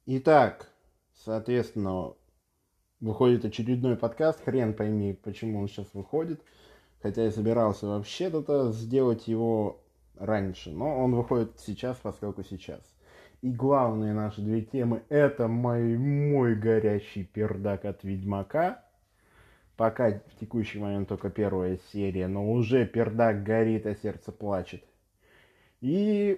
Итак, соответственно, выходит очередной подкаст. Хрен пойми, почему он сейчас выходит. Хотя я собирался вообще-то сделать его раньше. Но он выходит сейчас, поскольку сейчас. И главные наши две темы — это мой горящий пердак от Ведьмака. Пока в текущий момент только первая серия, но уже пердак горит, а сердце плачет. И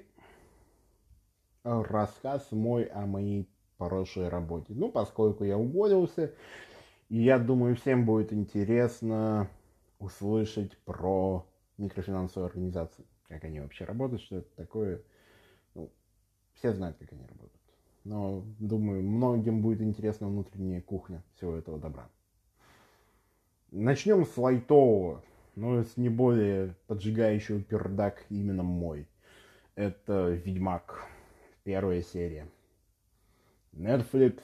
рассказ мой о моей прошлой работе. Ну, поскольку я уволился, и я думаю, всем будет интересно услышать про микрофинансовые организации. Как они вообще работают, что это такое. Ну, все знают, как они работают. Но, думаю, многим будет интересна внутренняя кухня всего этого добра. Начнем с лайтового, но с не более поджигающего пердак именно мой. Это Ведьмак. Первая серия. Netflix.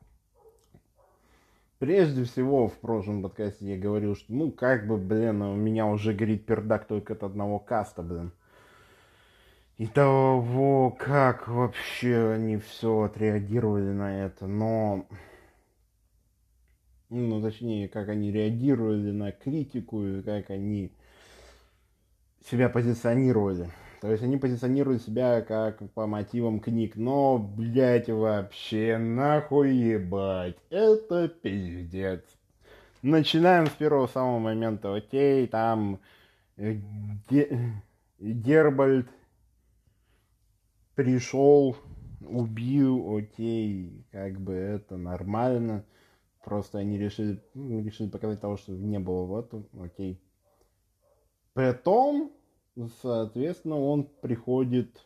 Прежде всего, в прошлом подкасте я говорил, что, у меня уже горит пердак только от одного каста, И того, как вообще они все отреагировали на это, точнее, как они реагировали на критику и как они себя позиционировали. То есть они позиционируют себя как по мотивам книг. Но, блять, вообще, нахуй ебать. Это пиздец. Начинаем с первого самого момента. Окей, там Гербальд пришел, убил, окей, как бы это нормально. Просто они решили показать того, что не было в этом, окей. Потом, соответственно, он приходит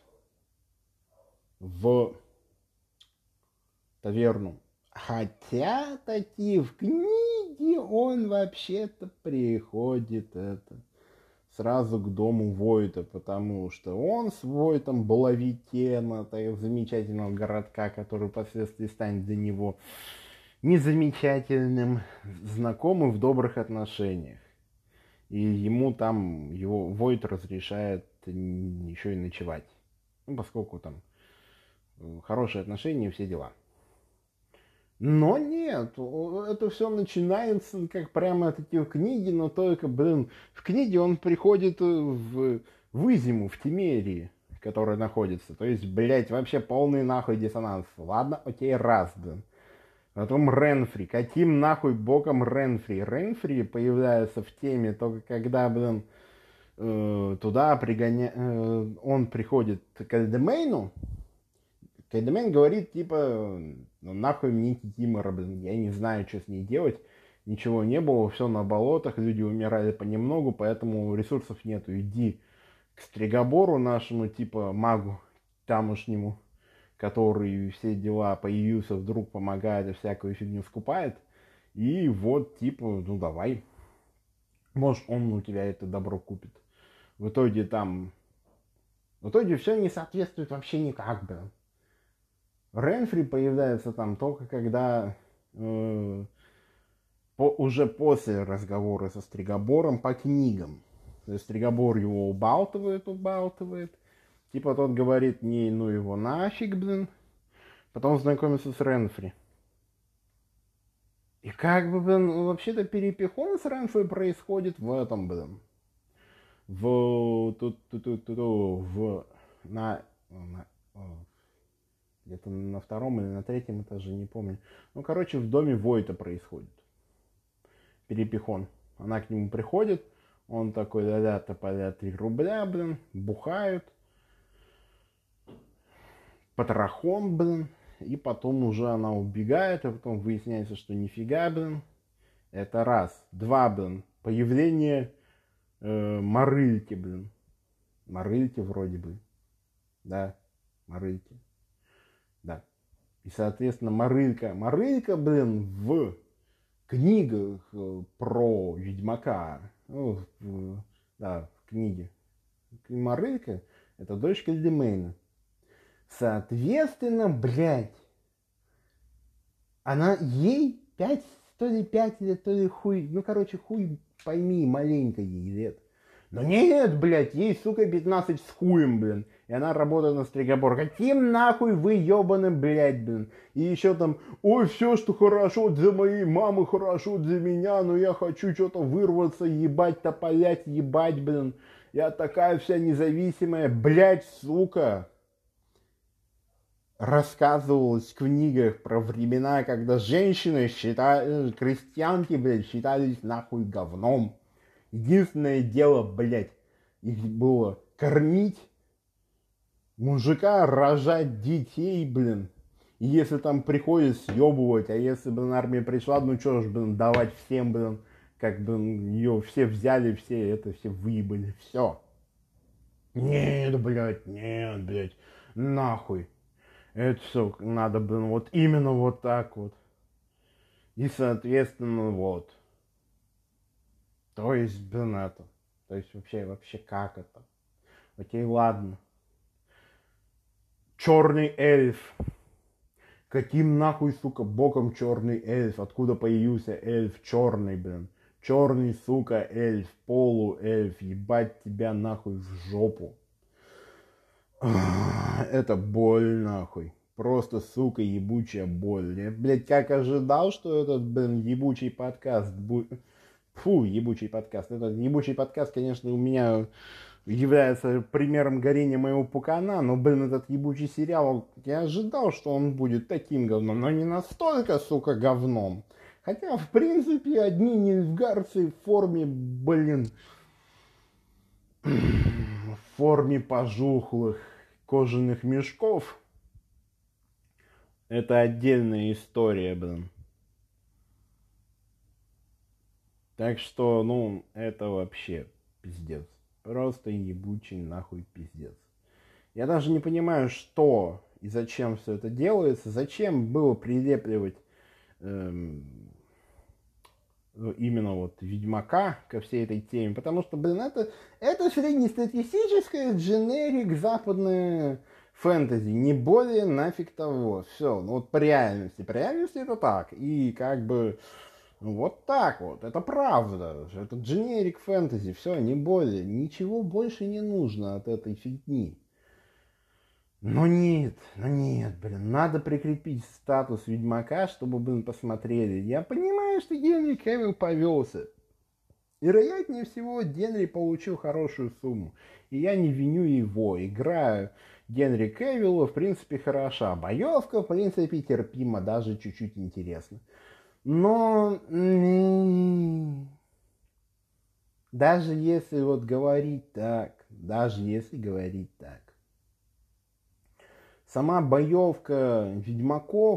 в таверну. Хотя таки в книге он вообще-то приходит сразу к дому Войта, потому что он с Войтом Блавикена, замечательного городка, который впоследствии станет для него незамечательным, знакомым в добрых отношениях. И ему там, его Войт разрешает еще и ночевать. Ну, поскольку там хорошие отношения и все дела. Но нет, это все начинается как прямо-таки в книге, но только, в книге он приходит в Изиму, в Тимерии, которая находится. То есть, блять, вообще полный нахуй диссонанс. Ладно, окей, раз, Потом Ренфри. Каким нахуй боком Ренфри? Ренфри появляется в теме только когда, туда он приходит к Эльдемейну. Кайдемен говорит, типа, нахуй мне Кикимора, я не знаю, что с ней делать. Ничего не было, все на болотах, люди умирали понемногу, поэтому ресурсов нету. Иди к Стригобору нашему, типа, магу тамошнему, который все дела появился, вдруг помогает и всякую фигню скупает. И вот, типа, ну давай. Может, он у тебя это добро купит. В итоге все не соответствует вообще никак, Ренфри появляется там только когда уже после разговора со Стригобором по книгам. То есть Стригобор его убалтывает. Типа тот говорит, не, ну его нафиг, Потом знакомится с Ренфри. И как бы, вообще-то перепихон с Ренфри происходит в этом, где-то на втором или на третьем этаже, не помню. Ну, короче, в доме Войта происходит перепихон. Она к нему приходит, он такой, да-да, тополя 3 рубля, бухают, потрохом, и потом уже она убегает, а потом выясняется, что нифига, это раз. Два, появление Марыльки, Марыльки вроде бы. Да, Марыльки. Да. И, соответственно, Марылька, в книгах про Ведьмака, в книге. Марылька — это дочка Эльдемейна. Соответственно, она ей 5, то ли 5 лет, то ли хуй, хуй пойми, маленько ей лет. Но нет, ей, сука, 15 с хуем, И она работает на стригобор. Каким нахуй вы ебаный, блядь, блин. И еще там, ой, все, что хорошо для моей мамы, хорошо для меня, но я хочу что-то вырваться, ебать, тополять, ебать, блин. Я такая вся независимая, блядь, сука. Рассказывалось в книгах про времена, когда женщины крестьянки, блядь, считались нахуй говном. Единственное дело, блядь, их было кормить, мужика рожать детей, блин. И если там приходит съебывать, а если, блин, армия пришла, ну что ж, блин, давать всем, блин, как бы ее все взяли, все выебали, все. Нет, блядь, нахуй. Это все надо, блин, вот именно вот так вот. И, соответственно, вот. То есть, блин, это. То есть, вообще как это? Окей, ладно. Черный эльф. Каким нахуй, сука, боком черный эльф? Откуда появился эльф черный, блин? Черный, сука, эльф, полуэльф. Ебать тебя нахуй в жопу. Это боль, нахуй. Просто, сука, ебучая боль. Я, блядь, как ожидал, что этот, блин, ебучий подкаст будет... Фу, ебучий подкаст. Этот ебучий подкаст, конечно, у меня является примером горения моего пукана, но, блин, этот ебучий сериал, я ожидал, что он будет таким говном, но не настолько, сука, говном. Хотя, в принципе, одни нильфгарцы в форме, блин, в форме пожухлых кожаных мешков, это отдельная история, блин. Так что, ну, это вообще пиздец. Просто ебучий нахуй пиздец. Я даже не понимаю, что и зачем все это делается. Зачем было прилепливать именно вот Ведьмака ко всей этой теме. Потому что, блин, это среднестатистическое дженерик западное фэнтези. Не более нафиг того. Все, ну вот по реальности. По реальности это так. И как бы... Вот так вот, это правда, это дженерик фэнтези, все, не более, ничего больше не нужно от этой фигни. Но нет, блин, надо прикрепить статус Ведьмака, чтобы, блин, посмотрели. Я понимаю, что Генри Кевилл повелся. Вероятнее всего, Генри получил хорошую сумму. И я не виню его. Игра Генри Кевилла, в принципе, хороша. Боевка, в принципе, терпима, даже чуть-чуть интересно. Но даже если вот говорить так, сама боевка Ведьмаков,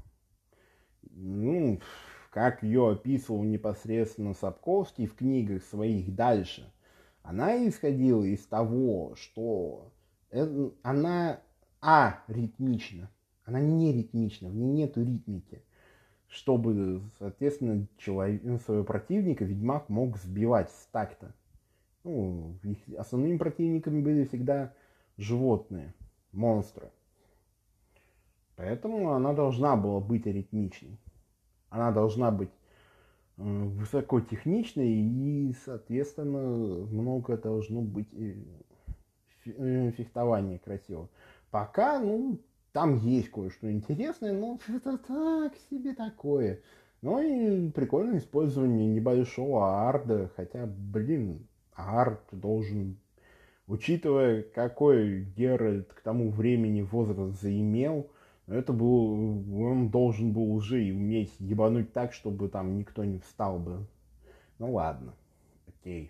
ну, как ее описывал непосредственно Сапковский в книгах своих дальше, она исходила из того, что она ритмична, она не ритмична, в ней нету ритмики. Чтобы, соответственно, своего противника Ведьмак мог сбивать с такта. Ну, основными противниками были всегда животные, монстры. Поэтому она должна была быть аритмичной. Она должна быть высокотехничной и, соответственно, много должно быть фехтования красивого. Пока, ну, там есть кое-что интересное, но это так себе такое. Ну и прикольное использование небольшого арда, хотя, блин, ард должен, учитывая, какой Геральт к тому времени возраст заимел, он должен был уже и уметь ебануть так, чтобы там никто не встал бы. Ну ладно, окей.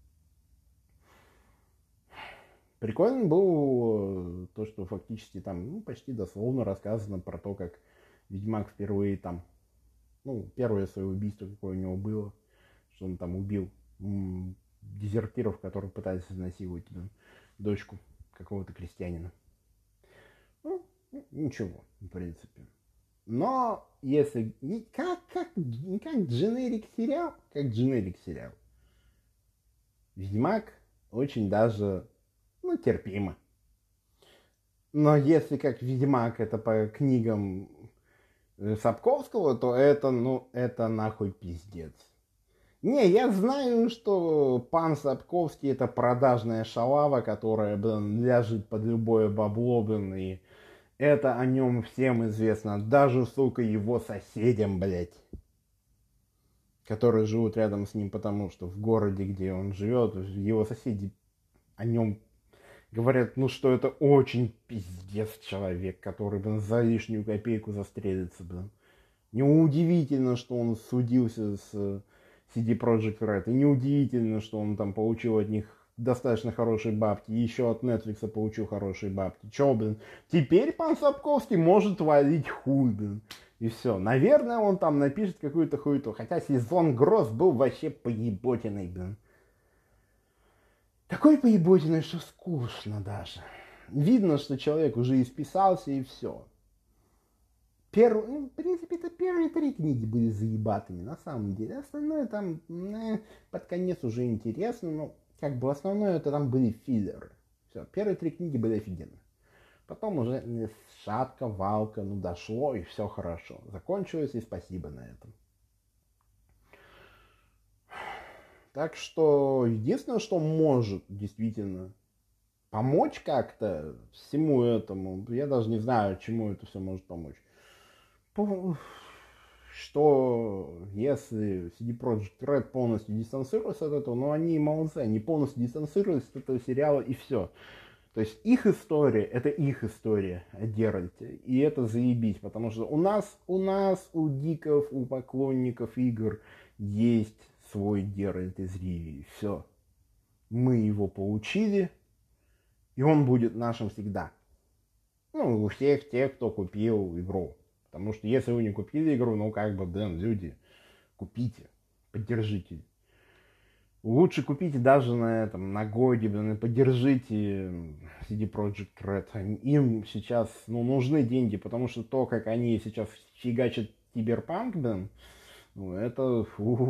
Прикольно было то, что фактически там почти дословно рассказано про то, как Ведьмак впервые там, первое свое убийство, какое у него было, что он там убил дезертиров, которые пытались изнасиловать дочку какого-то крестьянина. Ну, ничего, в принципе. Но если... Как дженерик сериал, Ведьмак очень даже... терпимо. Но если как Ведьмак это по книгам Сапковского, то это нахуй пиздец. Не, я знаю, что пан Сапковский это продажная шалава, которая, блин, ляжет под любое бабло, блин, и это о нем всем известно. Даже, сука, его соседям, блядь, которые живут рядом с ним, потому что в городе, где он живет, его соседи о нем говорят, ну, что это очень пиздец человек, который, блин, за лишнюю копейку застрелится, блин. Неудивительно, что он судился с CD Projekt Red. И неудивительно, что он там получил от них достаточно хорошие бабки. И еще от Netflix получил хорошие бабки. Че, блин, теперь пан Сапковский может валить хуй, блин. И все. Наверное, он там напишет какую-то хуету. Хотя сезон Гроз был вообще поеботиной, блин. Такой поеботиной, что скучно даже. Видно, что человек уже исписался и все. В принципе, это первые 3 книги были заебатыми, на самом деле. Остальное там под конец уже интересно, но как бы основное это там были филлеры. Все, первые 3 книги были офигенны. Потом уже шатка, валка, ну дошло и все хорошо. Закончилось и спасибо на этом. Так что единственное, что может действительно помочь как-то всему этому, я даже не знаю, чему это все может помочь. Что если CD Projekt Red полностью дистанцируется от этого, но они молодцы, они полностью дистанцируются от этого сериала и все. То есть их история, это их история о Геральте. И это заебись, потому что у гиков, у поклонников игр есть свой Геральт из Ривии. Все. Мы его получили, и он будет нашим всегда. Ну, у всех тех, кто купил игру. Потому что если вы не купили игру, ну как бы, блин, люди, купите, поддержите. Лучше купите даже на этом, на годе, блин, и поддержите CD Projekt Red. Им сейчас, ну, нужны деньги, потому что то, как они сейчас фигачат Киберпанк, блин, ну, это,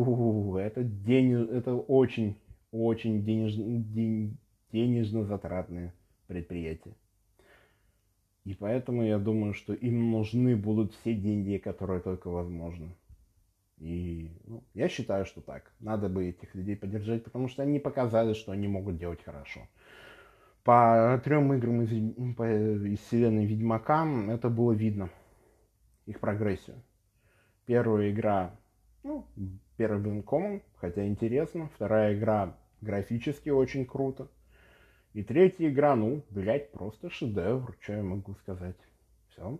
это очень, очень денежно затратные предприятия. И поэтому я думаю, что им нужны будут все деньги, которые только возможны. И я считаю, что так. Надо бы этих людей поддержать, потому что они показали, что они могут делать хорошо. По 3 играм из вселенной Ведьмака это было видно. Их прогрессию. Первая игра, первый был common, хотя интересно. Вторая игра графически очень круто. И 3-я игра, просто шедевр, что я могу сказать. Все.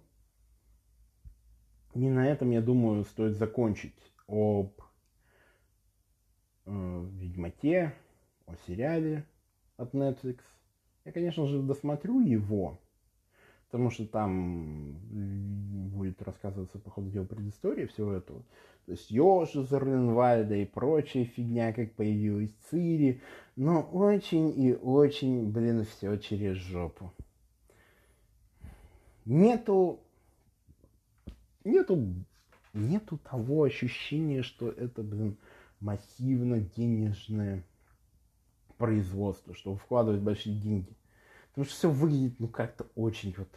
И на этом, я думаю, стоит закончить об Ведьмаке, о сериале от Netflix. Я, конечно же, досмотрю его, потому что там будет рассказываться, по ходу дела, предыстория всего этого. То есть Йоши Зерленвальда и прочая фигня, как появилась Цири. Но очень и очень, все через жопу. Нету того ощущения, что это, массивно денежное производство, что вкладывать большие деньги. Потому что все выглядит, как-то очень вот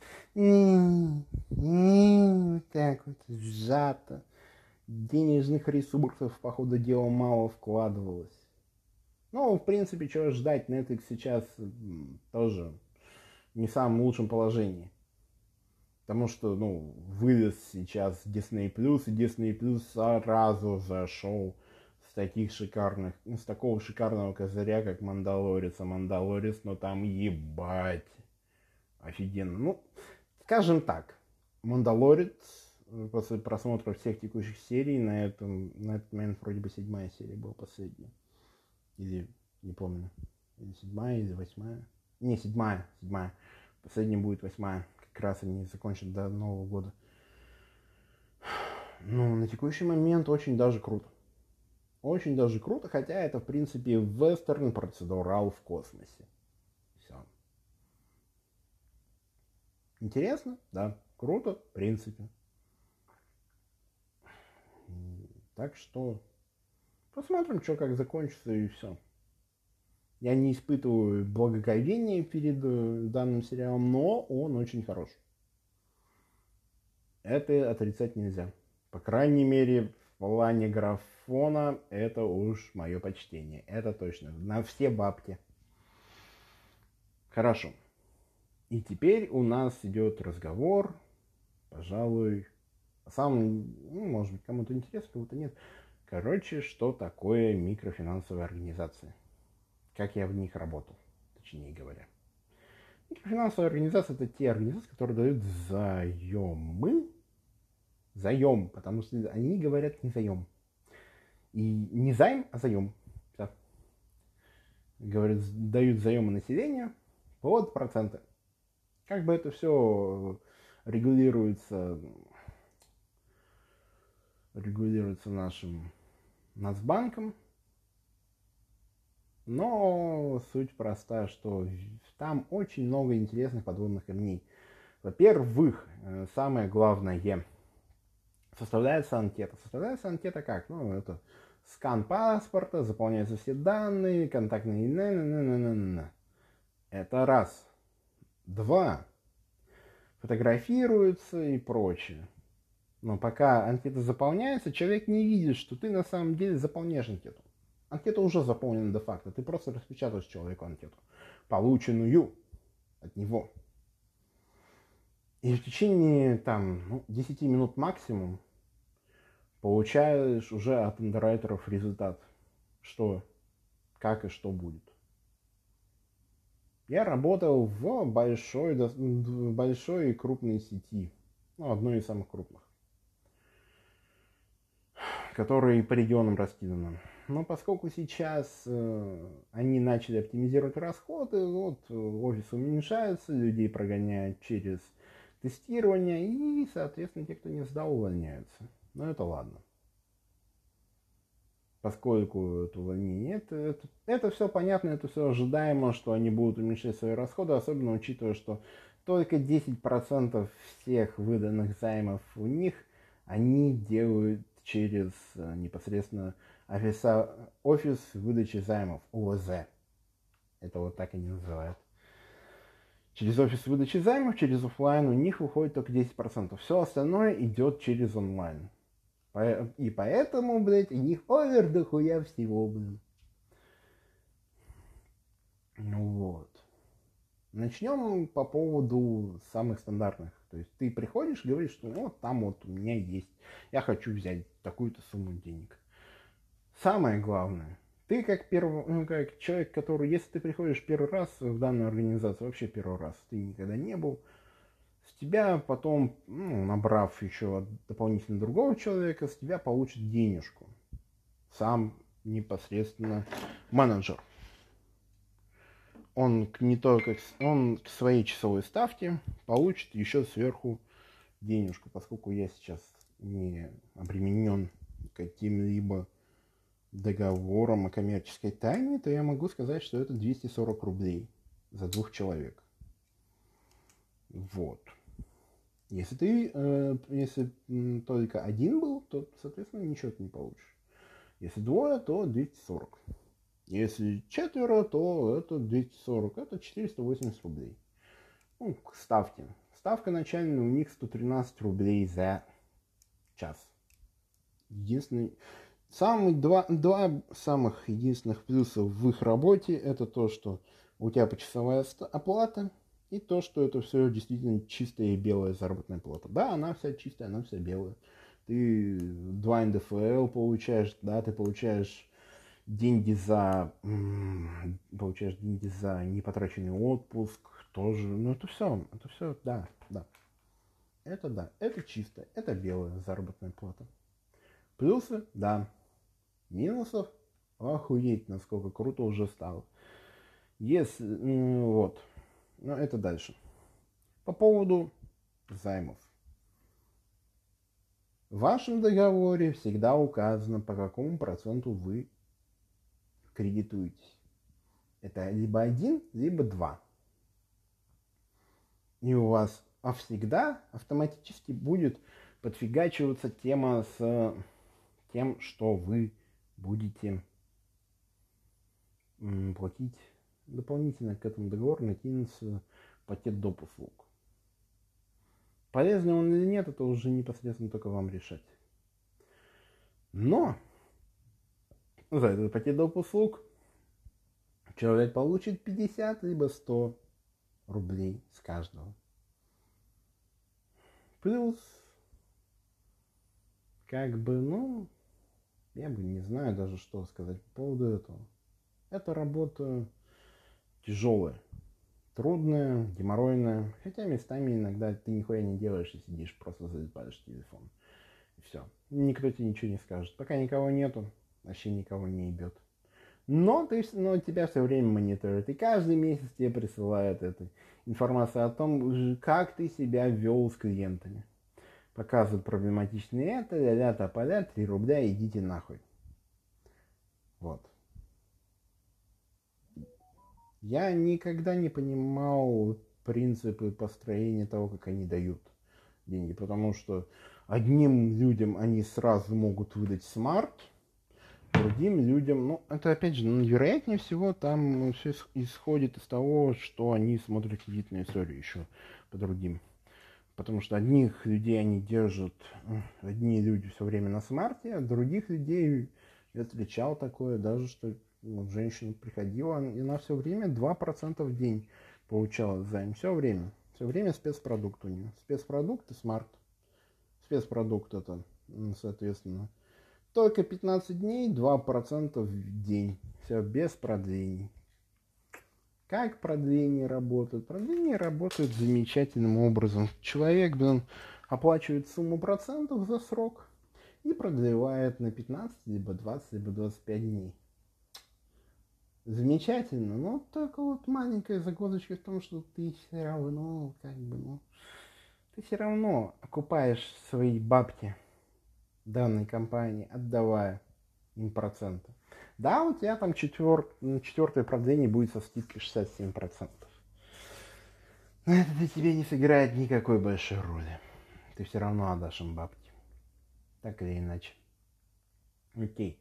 так вот сжато. Денежных ресурсов, по ходу дела, мало вкладывалось. В принципе, чего ждать, Netflix сейчас тоже не в самом лучшем положении. Потому что, вылез сейчас Disney+, и Disney+, сразу зашел с такого шикарного козыря, как Мандалорец. А Мандалорец, там ебать офигенно. Скажем так, Мандалорец, после просмотра всех текущих серий, на этот момент вроде бы 7-я серия была последняя. Или, не помню, или 7-я, или 8-я. Не, 7-я. Последняя будет 8-я. Как раз они закончат до Нового года. На текущий момент очень даже круто. Очень даже круто, хотя это, в принципе, вестерн процедурал в космосе. Все. Интересно? Да. Круто? В принципе. Так что посмотрим, что как закончится, и все. Я не испытываю благоговения перед данным сериалом, но он очень хорош. Это отрицать нельзя. По крайней мере, плане графона это уж мое почтение. Это точно. На все бабки. Хорошо. И теперь у нас идет разговор, пожалуй, сам, ну, может быть, кому-то интересно, кому-то нет. Короче, что такое микрофинансовые организации? Как я в них работал, точнее говоря. Микрофинансовые организации — это те организации, которые дают заемы. Заем, потому что они говорят не заем. И не займ, а заем. Да. Говорят, дают заемы населению под проценты. Как бы это все регулируется нашим Нацбанком. Но суть проста, что там очень много интересных подводных камней. Во-первых, самое главное, составляется анкета. Составляется анкета как? Ну, это скан паспорта, заполняются все данные, контактные. Это раз. Два. Фотографируются и прочее. Но пока анкета заполняется, человек не видит, что ты на самом деле заполняешь анкету. Анкета уже заполнена де-факто. Ты просто распечатаешь человеку анкету, полученную от него. И в течение 10 минут максимум получаешь уже от андеррайтеров результат. Что, как и что будет. Я работал в большой и крупной сети. Одной из самых крупных. Которые по регионам раскиданы. Но поскольку сейчас они начали оптимизировать расходы, офисы уменьшаются, людей прогоняют через тестирование, и, соответственно, те, кто не сдал, увольняются. Но это ладно. Поскольку это увольнение, это все понятно, это все ожидаемо, что они будут уменьшать свои расходы, особенно учитывая, что только 10% всех выданных займов у них они делают через непосредственно офис выдачи займов, ОВЗ. Это вот так они называют. Через офис выдачи займов, через офлайн у них уходит только 10%. Все остальное идет через онлайн. И поэтому, блядь, у них овер дохуя всего, блин. Ну вот. Начнем по поводу самых стандартных. То есть ты приходишь, говоришь, что вот там вот у меня есть, я хочу взять такую-то сумму денег. Самое главное, ты как как человек, который, если ты приходишь первый раз в данную организацию, вообще первый раз, ты никогда не был, с тебя потом, набрав еще дополнительно другого человека, с тебя получит денежку. Сам непосредственно менеджер. Он не только он к своей часовой ставке получит еще сверху денежку, поскольку я сейчас не обременен каким-либо договором о коммерческой тайне, то я могу сказать, что это 240 рублей за 2 человек. Вот. Если только один был, то, соответственно, ничего ты не получишь. Если двое, то 240. Если четверо, то это 240, это 480 рублей. К ставке. Ставка начальная у них 113 рублей за час. Единственный, два самых единственных плюсов в их работе — это то, что у тебя почасовая оплата, и то, что это все действительно чистая и белая заработная плата. Да, она вся чистая, она вся белая. Ты 2 НДФЛ получаешь, да, ты получаешь деньги за непотраченный отпуск тоже. Ну, это все, да. Это чистая, это белая заработная плата. Плюсы, да. Минусов, охуеть, насколько круто уже стало. Вот. Но это дальше. По поводу займов. В вашем договоре всегда указано, по какому проценту вы кредитуетесь. Это либо 1, либо 2. И у вас всегда автоматически будет подфигачиваться тема с тем, что вы будете платить дополнительно к этому договору, накинется пакет доп. Услуг. Полезный он или нет, это уже непосредственно только вам решать. Но за этот пакет доп. Услуг человек получит 50 либо 100 рублей с каждого. Плюс, как бы, ну, я бы не знаю даже, что сказать по поводу этого. Эта работа тяжелая, трудная, геморройная. Хотя местами иногда ты нихуя не делаешь и сидишь, просто залипаешь в телефон. И все. Никто тебе ничего не скажет. Пока никого нету, вообще никого не ебет. Но тебя все время мониторят. И каждый месяц тебе присылают эту информацию о том, как ты себя вел с клиентами. Показывают проблематичные это, ля-ля, тополя, 3 рубля, идите нахуй. Вот. Я никогда не понимал принципы построения того, как они дают деньги. Потому что одним людям они сразу могут выдать смарт, другим людям, ну, это опять же, вероятнее всего, там все исходит из того, что они смотрят кредитную историю еще по другим. Потому что одних людей они держат, одни люди все время на смарте, а других людей я встречал такое, даже что вот женщина приходила, и она все время 2% в день получала займ. Все время спецпродукт у нее. Спецпродукт и смарт. Спецпродукт это, соответственно, только 15 дней, 2% в день. Все без продлений. Как продление работает? Продление работает замечательным образом. Человек, оплачивает сумму процентов за срок и продлевает на 15, либо 20, либо 25 дней. Замечательно, но только вот маленькая загвоздочка в том, что ты все равно, ты все равно окупаешь свои бабки данной компании, отдавая им проценты. Да, у тебя там четвертое продление будет со скидкой 67%. Но это для тебя не сыграет никакой большой роли. Ты все равно отдашь им бабки. Так или иначе. Окей.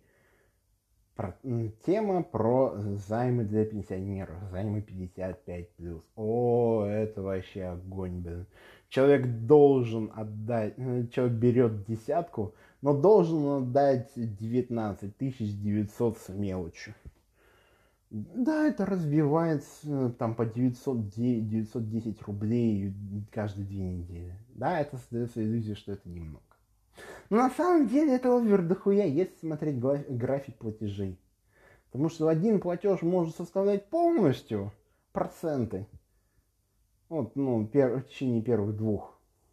Тема про займы для пенсионеров. Займы 55+. О, это вообще огонь, блин. Человек должен отдать, человек берет десятку, но должен отдать 19 900 с мелочью. Да, это разбивается там по 910 рублей каждые 2 недели. Да, это создается иллюзия, что это немного. Но на самом деле это овер дохуя, если смотреть график платежей. Потому что один платеж может составлять полностью проценты. Вот, в течение первых 2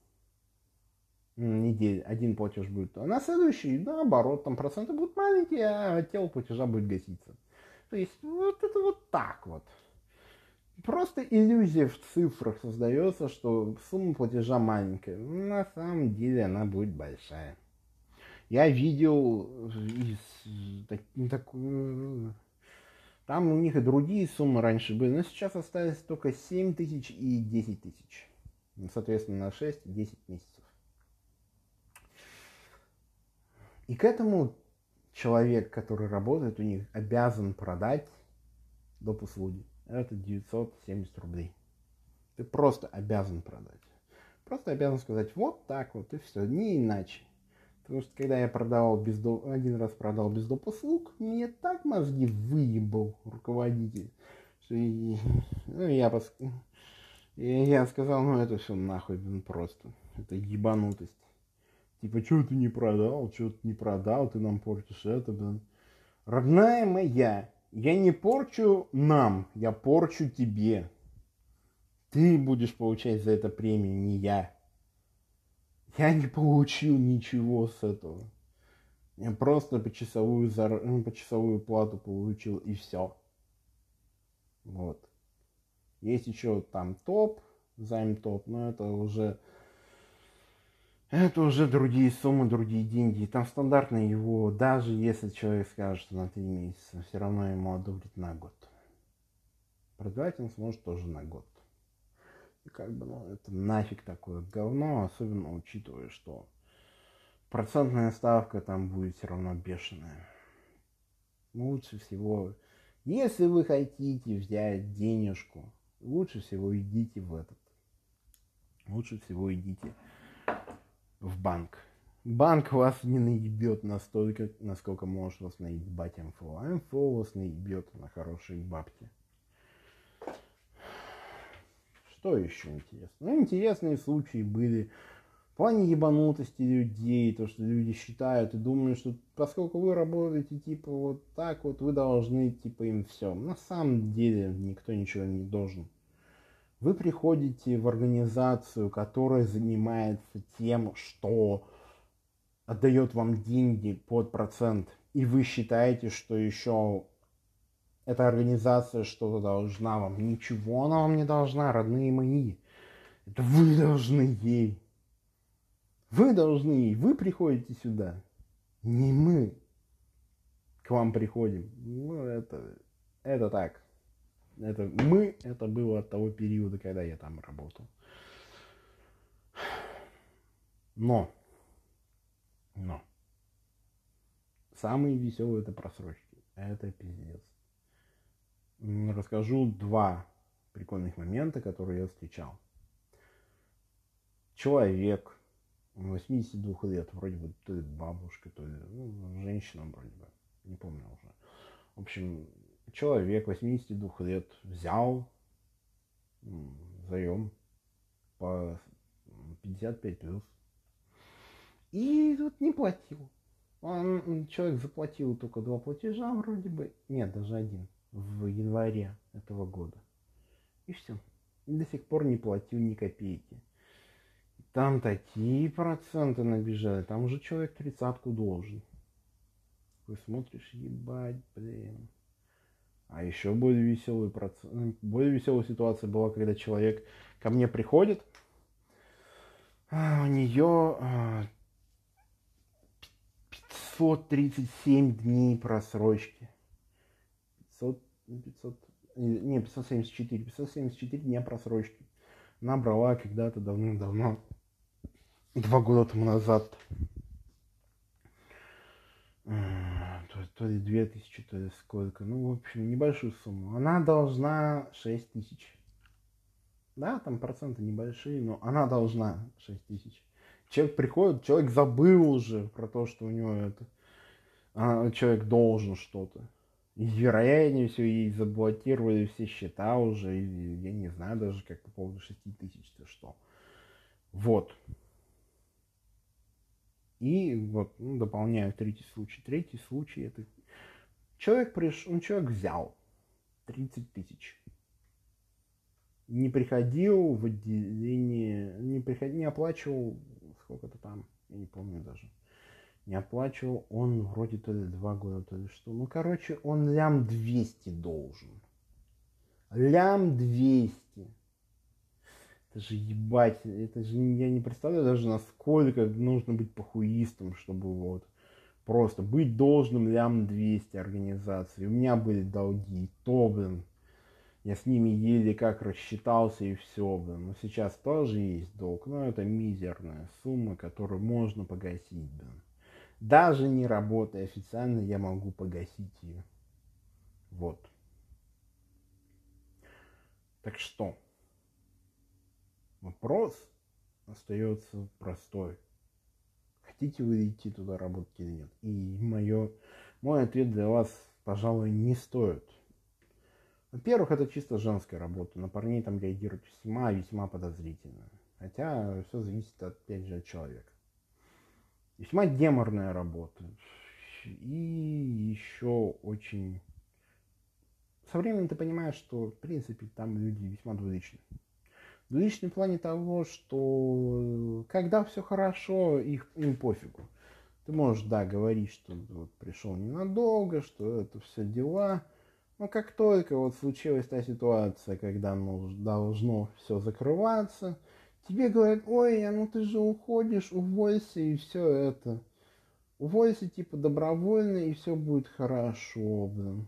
недель один платеж будет. А на следующий, наоборот, там проценты будут маленькие, а тело платежа будет гаситься. То есть вот это вот так вот. Просто иллюзия в цифрах создается, что сумма платежа маленькая. На самом деле она будет большая. Я видел там у них и другие суммы раньше были, но сейчас остались только 7 тысяч и 10 тысяч. Соответственно, на 6 и 10 месяцев. И к этому человек, который работает у них, обязан продать доп. Услуги. Это 970 рублей. Ты просто обязан продать. Просто обязан сказать вот так вот и все, не иначе. Потому что когда я один раз продал без доп. Услуг, мне так мозги выебал руководитель, что я сказал, это все нахуй, просто. Это ебанутость. Типа, что ты не продал, ты нам портишь это, блин. Родная моя, я не порчу нам, я порчу тебе. Ты будешь получать за это премию, не я. Я не получил ничего с этого. Я просто почасовую плату получил и все. Вот. Есть еще там займ топ, но это уже другие суммы, другие деньги. И там стандартно его, даже если человек скажет, что на 3 месяца, все равно ему одобрят на год. Продавать он сможет тоже на год. И это нафиг такое говно, особенно учитывая, что процентная ставка там будет все равно бешеная. Лучше всего, если вы хотите взять денежку, лучше всего идите в банк. Банк вас не наебет настолько, насколько может вас наебать МФО. А МФО вас наебет на хорошие бабки. Что еще интересно? Ну, интересные случаи были в плане ебанутости людей, то, что люди считают и думают, что поскольку вы работаете типа вот так вот, вы должны типа им все. На самом деле никто ничего не должен. Вы приходите в организацию, которая занимается тем, что отдает вам деньги под процент, и вы считаете, что еще эта организация что-то должна вам. Ничего она вам не должна, родные мои. Это вы должны ей. Вы должны ей. Вы приходите сюда. Не мы к вам приходим. Ну, это так. Это было от того периода, когда я там работал. Но. Самые веселые это просрочки. Это пиздец. Расскажу два прикольных момента, которые я встречал. Человек 82 лет, вроде бы то ли бабушка, то ли женщина вроде бы, не помню уже. В общем, человек 82 лет взял заем по 55 плюс и тут не платил. Человек заплатил только 2 платежа вроде бы, нет, даже один, в январе этого года. И все. И до сих пор не платил ни копейки. Там такие проценты набежали, там уже человек 30-ку должен. Ты смотришь, ебать, блин. А еще более веселый процент, более веселая ситуация была, когда человек ко мне приходит, у нее 537 дней просрочки. 574 дня просрочки. Она брала когда-то давным-давно, 2 года тому назад, то ли 2000, то ли сколько, ну, в общем, небольшую сумму. Она должна 6 тысяч. Да, там проценты небольшие, но она должна 6 тысяч. Человек приходит, человек забыл уже про то, что у него человек должен что-то. И, вероятнее всего, ей заблокировали все счета уже, и я не знаю даже, как по поводу 6 тысяч-то что. Вот. И вот, дополняю третий случай. Третий случай это человек человек взял 30 тысяч. Не приходил в отделение, не оплачивал сколько-то там, я не помню даже. Не оплачивал он вроде то ли 2 года, то ли что. Ну, короче, он лям 200 должен. Лям 200. Это же ебать, это же я не представляю даже, насколько нужно быть похуистом, чтобы вот просто быть должным лям 200 организаций. У меня были долги, и то, блин, я с ними еле как рассчитался и все, блин. Но сейчас тоже есть долг, но это мизерная сумма, которую можно погасить, блин. Даже не работая официально, я могу погасить ее. Вот. Так что? Вопрос остается простой. Хотите вы идти туда работать или нет? И мой ответ для вас, пожалуй, не стоит. Во-первых, это чисто женская работа. На парней там реагируют весьма подозрительно. Хотя все зависит, опять же, от человека. Весьма геморная работа. И еще очень... Со временем ты понимаешь, что, в принципе, там люди весьма двуличные. Двуличные в плане того, что когда все хорошо, им пофигу. Ты можешь, да, говорить, что вот пришел ненадолго, что это все дела. Но как только вот случилась та ситуация, когда должно все закрываться, тебе говорят: ой, ну ты же уходишь, уволься, и все это. Уволься типа добровольно, и все будет хорошо, блин.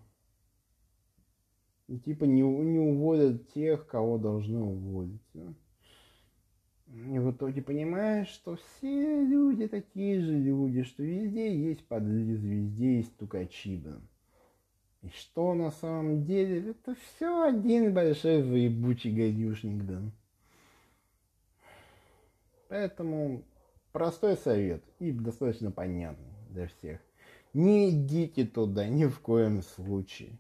И типа не уволят тех, кого должны уволить. Да? И в итоге понимаешь, что все люди такие же люди, что везде есть подлизы, везде есть стукачи, блин. И что на самом деле? Это все один большой заебучий гадюшник, да. Поэтому Простой совет и достаточно понятный для всех. Не идите туда ни в коем случае.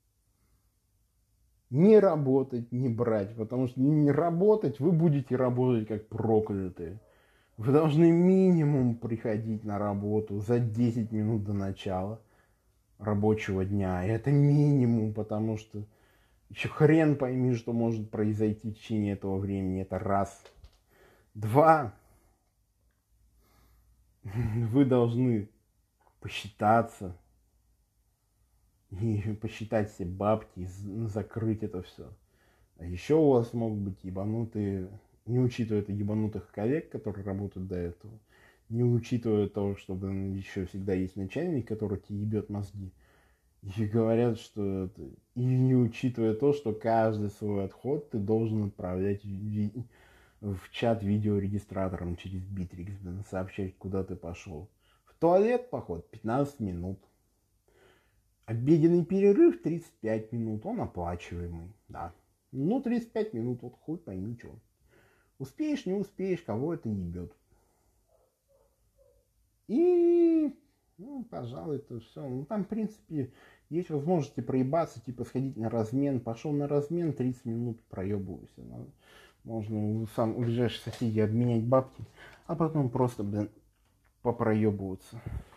Не работать, не брать, потому что не работать, вы будете работать как проклятые. Вы должны минимум приходить на работу за 10 минут до начала рабочего дня. И это минимум, потому что еще хрен пойми, что может произойти в течение этого времени. Это раз. Два. Вы должны посчитаться и посчитать все бабки и закрыть это все. А еще у вас могут быть ебанутые, не учитывая это, ебанутых коллег, которые работают до этого, не учитывая то, что еще всегда есть начальник, который тебе ебет мозги, и говорят, что это, и не учитывая то, что каждый свой отход ты должен отправлять в чат видеорегистратором через Битрикс, сообщать, куда ты пошел. В туалет поход 15 минут. Обеденный перерыв 35 минут, он оплачиваемый, да. Ну, 35 минут, вот хуй пойми, что. Успеешь, не успеешь, кого это ебет. И, ну, пожалуй, это все. Ну, там, в принципе, есть возможности проебаться, типа сходить на размен. Пошел на размен, 30 минут проебывайся. Можно у ближайших соседей обменять бабки, а потом просто, блин, попроебываться.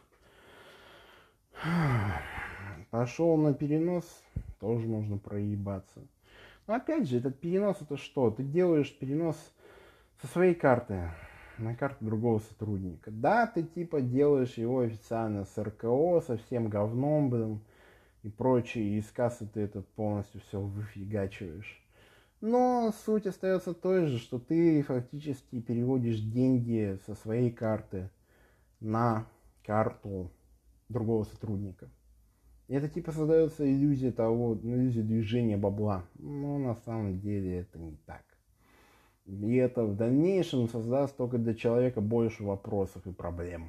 Пошел на перенос, тоже можно проебаться. Но опять же, этот перенос это что? Ты делаешь перенос со своей карты на карту другого сотрудника. Да, ты типа делаешь его официально с РКО, со всем говном, блин, и прочее, и из кассы ты это полностью все выфигачиваешь. Но суть остается той же, что ты фактически переводишь деньги со своей карты на карту другого сотрудника. И это типа создается иллюзия того, иллюзия движения бабла. Но на самом деле это не так. И это в дальнейшем создаст только для человека больше вопросов и проблем.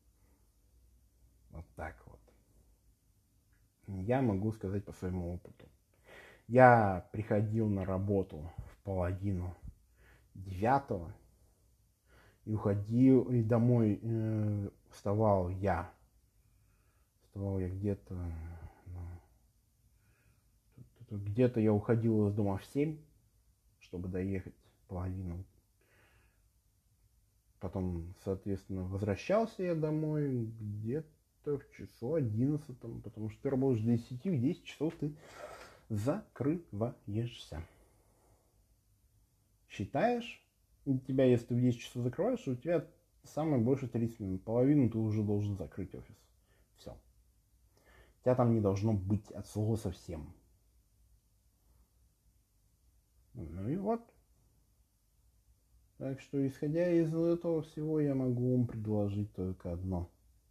Вот так вот. Я могу сказать по своему опыту. Я приходил на работу в 8:30 и уходил, и домой вставал я. Вставал я где-то я уходил из дома в 7, чтобы доехать половину. Потом, соответственно, возвращался я домой где-то в часу 11, потому что ты работаешь до 10, в 10 часов ты закрываешься. Считаешь, у тебя, если ты в 10 часов закрываешь, у тебя самое больше 30 минут. Половину ты уже должен закрыть офис. Все. Тебя там не должно быть от слова совсем. Ну и вот. Так что, исходя из этого всего, я могу вам предложить только одно.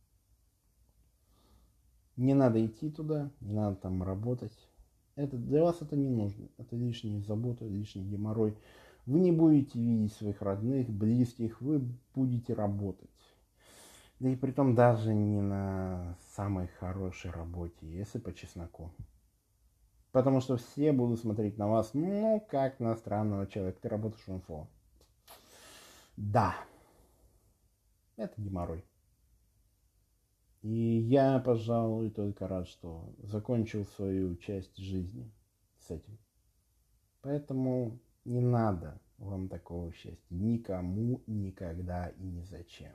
Не надо идти туда, не надо там работать. Для вас это не нужно. Это лишняя забота, лишний геморрой. Вы не будете видеть своих родных, близких, вы будете работать. Да и притом даже не на самой хорошей работе, если по чесноку. Потому что все будут смотреть на вас, ну, как на странного человека. Ты работаешь в инфо. Да, это геморрой. И я, пожалуй, только рад, что закончил свою часть жизни с этим. Поэтому не надо вам такого счастья. Никому, никогда и ни зачем.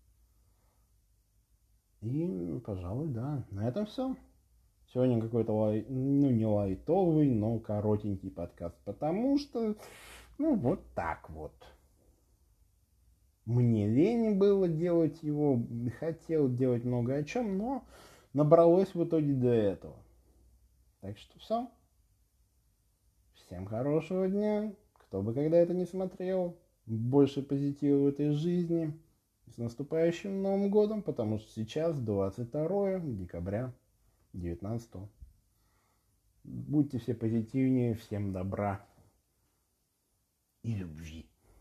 И, пожалуй, да, на этом все. Сегодня какой-то, не лайтовый, но коротенький подкаст. Потому что, вот так вот. Мне лень было делать его, хотел делать много о чем, но набралось в итоге до этого. Так что все. Всем хорошего дня. Кто бы когда это не смотрел. Больше позитива в этой жизни. С наступающим Новым годом, потому что сейчас 22 декабря 19. Будьте все позитивнее, всем добра и любви.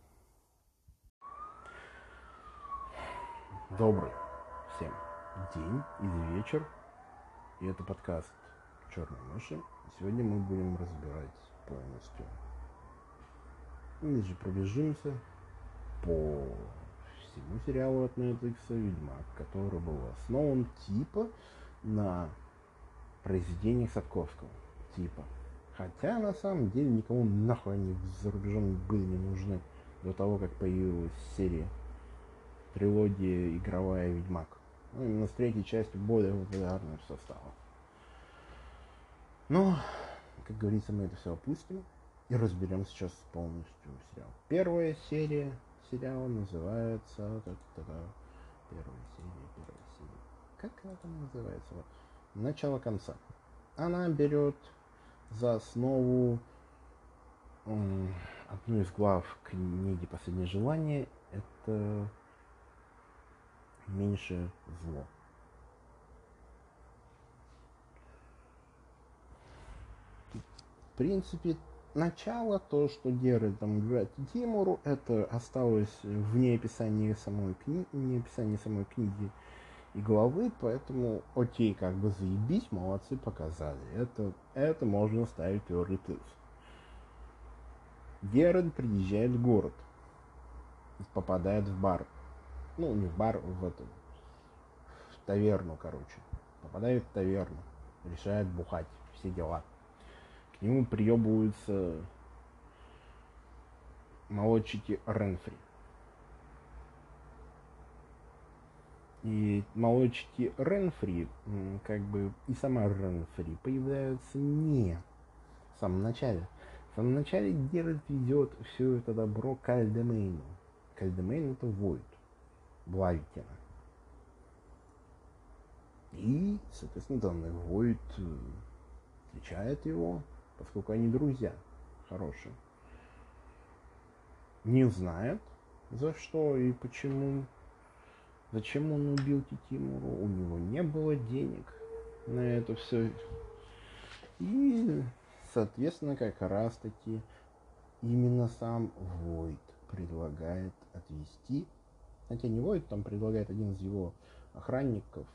Добрый всем день или вечер. И это подкаст «Черные мыши». Сегодня мы будем разбирать полностью. Или же пробежимся по всему сериалу от Netflix «Ведьмак», который был основан типа на произведениях Сапковского. Типа. Хотя на самом деле никому нахуй они за рубежом были не нужны до того, как появилась серия трилогия игровая «Ведьмак». Ну, именно с третьей частью более популярным все стало. Но, как говорится, мы это все опустим и разберем сейчас полностью сериал. Первая серия сериала называется... Первая серия. Как она там называется? Вот. Начало конца. Она берет за основу одну из глав книги «Последнее желание». Это меньше зло. В принципе, начало, то, что Геральт там убивает Тимуру, это осталось вне описания самой книги и главы, поэтому окей, как бы заебись, молодцы, показали. Это можно ставить твердый плюс. Геральт приезжает в город, попадает в бар. Ну, не в бар, в таверну, короче. Попадает в таверну, решает бухать, все дела. К нему приебываются молодчики Ренфри. И молодчики Ренфри, как бы и сама Ренфри появляются не в самом начале. В самом начале Геральт ведет все это добро к Альдемейну. Кальдемейн это Войт Блавикена. И, соответственно, данный Войт встречает его, поскольку они друзья хорошие. Не знает, за что и почему. Зачем он убил Тимуру? У него не было денег на это все. И, соответственно, как раз таки именно сам Войт предлагает отвезти. Хотя не Войт, там предлагает один из его охранников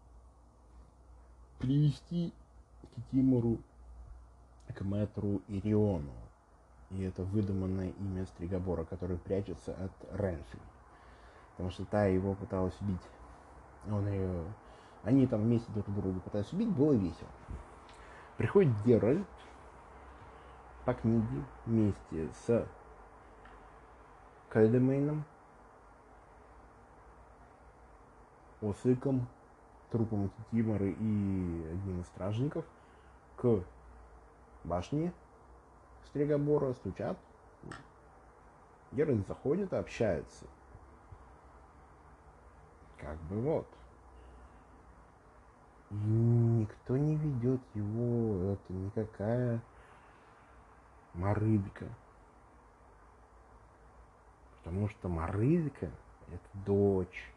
привести к Тимуру к мэтру Ириону. И это выдуманное имя Стригобора, который прячется от Ренфри. Потому что та его пыталась убить. Они там вместе друг друга пытались убить, было весело. Приходит Геральт по книге вместе с Кальдемейном, Осыком, трупом Тимуры и одним из стражников к башне Стригобора, стучат. Геральт заходит, общается. Как бы вот. И никто не ведет его, это никакая Марылька. Потому что Марылька это дочь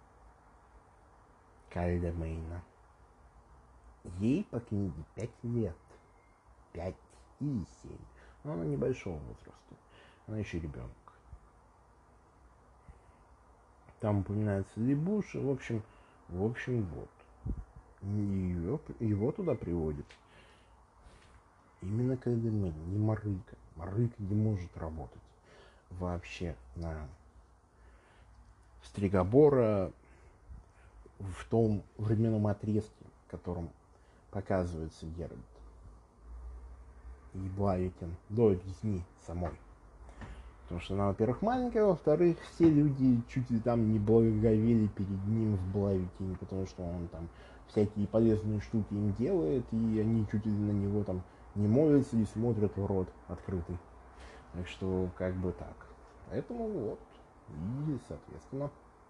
Кальдемейна. Ей по книге 5 лет. 5 или 7. Но она небольшого возраста. Она еще ребенок. Там упоминается Лебуша. В общем, вот. Его туда приводит именно Кальдемейн, не Марылька. Марылька не может работать вообще на Стригобора в том временном отрезке, в котором показывается Геральт и Блавикен до резни самой. Потому что она, во-первых, маленькая, во-вторых, все люди чуть ли там не благоговели перед ним в Блавикене, потому что он там всякие полезные штуки им делает, и они чуть ли на него там не молятся и смотрят в рот открытый. Так что, как бы так. Поэтому вот. И, соответственно,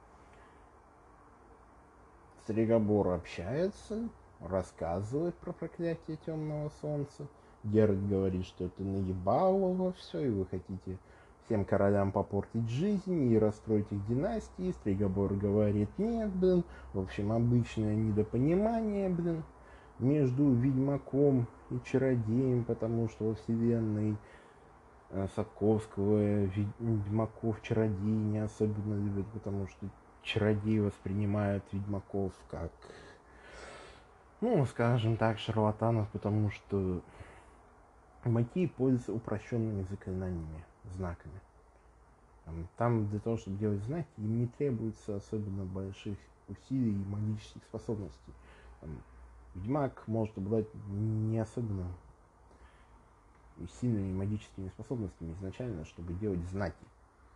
Стригобор общается, рассказывает про проклятие темного солнца. Геральт говорит, что это наебалово все, и вы хотите всем королям попортить жизнь и расстроить их династии. Стригобор говорит, нет, блин. В общем, обычное недопонимание, блин, между ведьмаком и чародеем, потому что во вселенной Сапковского ведьмаков чародеи не особенно любят, потому что чародеи воспринимают ведьмаков как, ну, скажем так, шарлатанов, потому что ведьмаки пользуются упрощенными заклинаниями, знаками. Там для того, чтобы делать знаки, им не требуется особенно больших усилий и магических способностей. Там, ведьмак может обладать не особенно сильными магическими способностями изначально, чтобы делать знаки.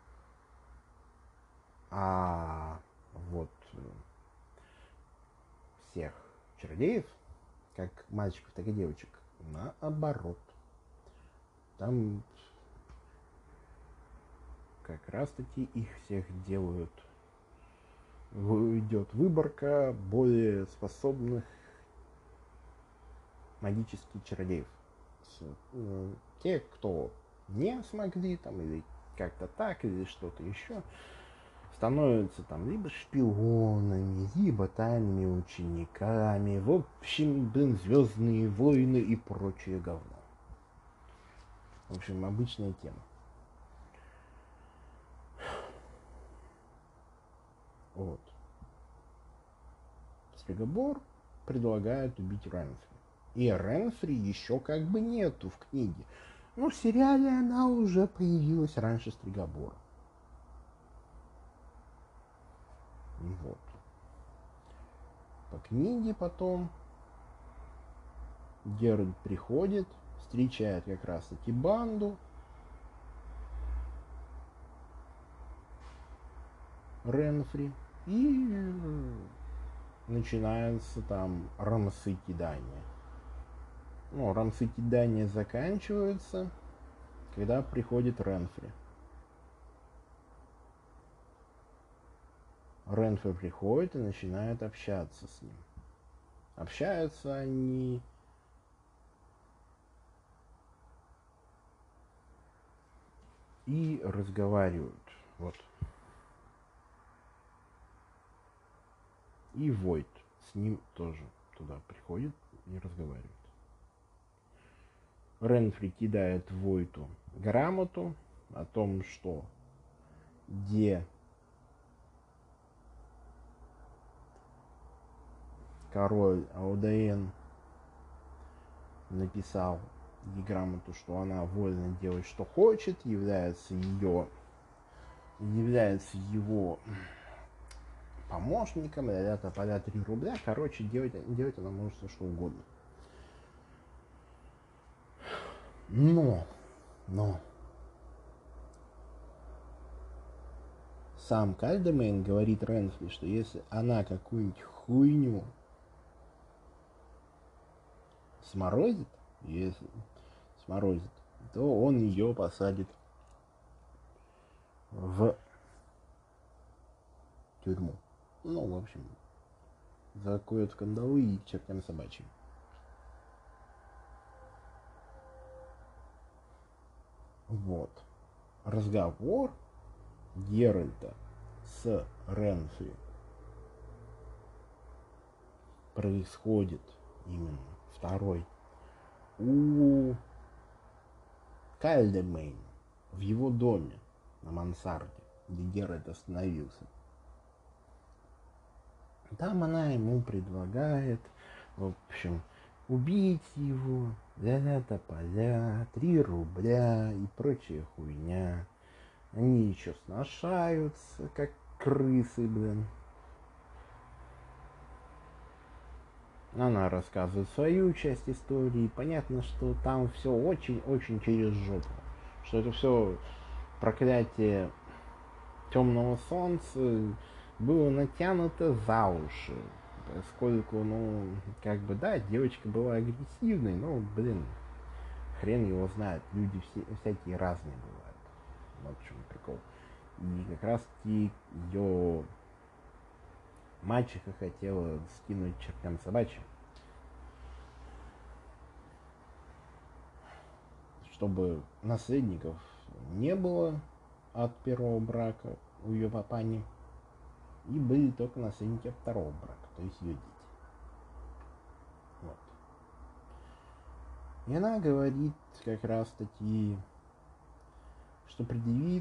А вот всех чародеев, как мальчиков, так и девочек, наоборот. Там как раз таки их всех делают, идет выборка более способных магических чародеев. Те, кто не смогли, там, или как-то так, или что-то еще, становятся там либо шпионами, либо тайными учениками. В общем, Звездные войны и прочее говно. В общем, обычная тема. Вот. Стригобор предлагает убить Ренфри. И Ренфри еще как бы нету в книге. Но в сериале она уже появилась раньше Стригобора. Вот. По книге потом Геральт приходит, встречает как раз таки банду. Ренфри. И начинается там рамсы кидания. Ну, рамсы кидания заканчиваются, когда приходит Ренфри. Ренфри приходит и начинает общаться с ним. Общаются они и разговаривают. Вот. И Войт с ним тоже туда приходит и разговаривает. Ренфри кидает Войту грамоту о том, что где король Аудеен написал ей грамоту, что она вольна делать, что хочет, является его помощником, ребята, поля 3 рубля. Короче, делать она может все что угодно. Но сам Кальдемейн говорит Ренфри, что если она какую-нибудь хуйню сморозит, то он ее посадит в тюрьму. Ну, в общем, закует в кандалы и к чертям собачьим. Вот. Разговор Геральта с Ренфри происходит именно второй у Кальдемейна в его доме на мансарде, где Геральт остановился. Там она ему предлагает, в общем, убить его, ля-ля тополя, 3 рубля и прочая хуйня. Они еще сношаются, как крысы, блин. Она рассказывает свою часть истории. Понятно, что там все очень-очень через жопу. Что это все проклятие темного солнца было натянуто за уши. Поскольку, как бы, да, девочка была агрессивной, но, блин, хрен его знает. Люди всякие разные бывают. Вот в чем прикол. И как раз таки ее мачеха хотела скинуть чертям собачьим. Чтобы наследников не было от первого брака у ее папани. И были только наследники от второго брака, то есть ее дети. Вот. И она говорит как раз таки, что предъявит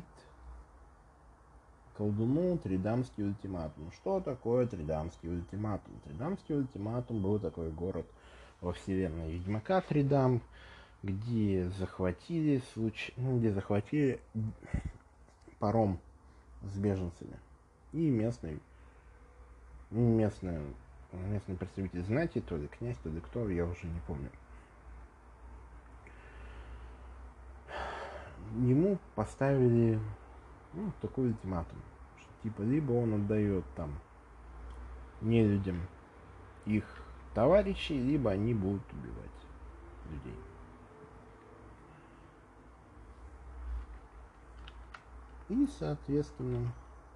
колдуну Тридамский ультиматум. Что такое Тридамский ультиматум? Тридамский ультиматум был такой город во вселенной Ведьмака Тридам, где захватили паром с беженцами. И местный представитель знати, то ли князь, то ли кто, я уже не помню. Ему поставили такой ультиматум, что типа либо он отдает там нелюдям их товарищей, либо они будут убивать людей. И, соответственно,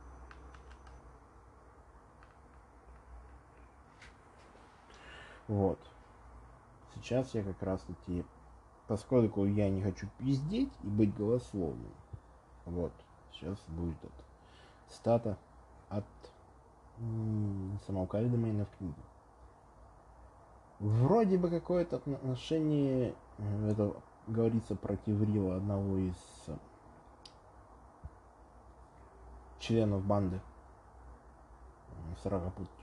вот. Сейчас я как раз таки, поскольку я не хочу пиздеть и быть голословным, вот, сейчас будет это цитата от самого Кальдемейна в книге. Вроде бы какое-то отношение, это говорится про Киврила, одного из членов банды Сарагапутки,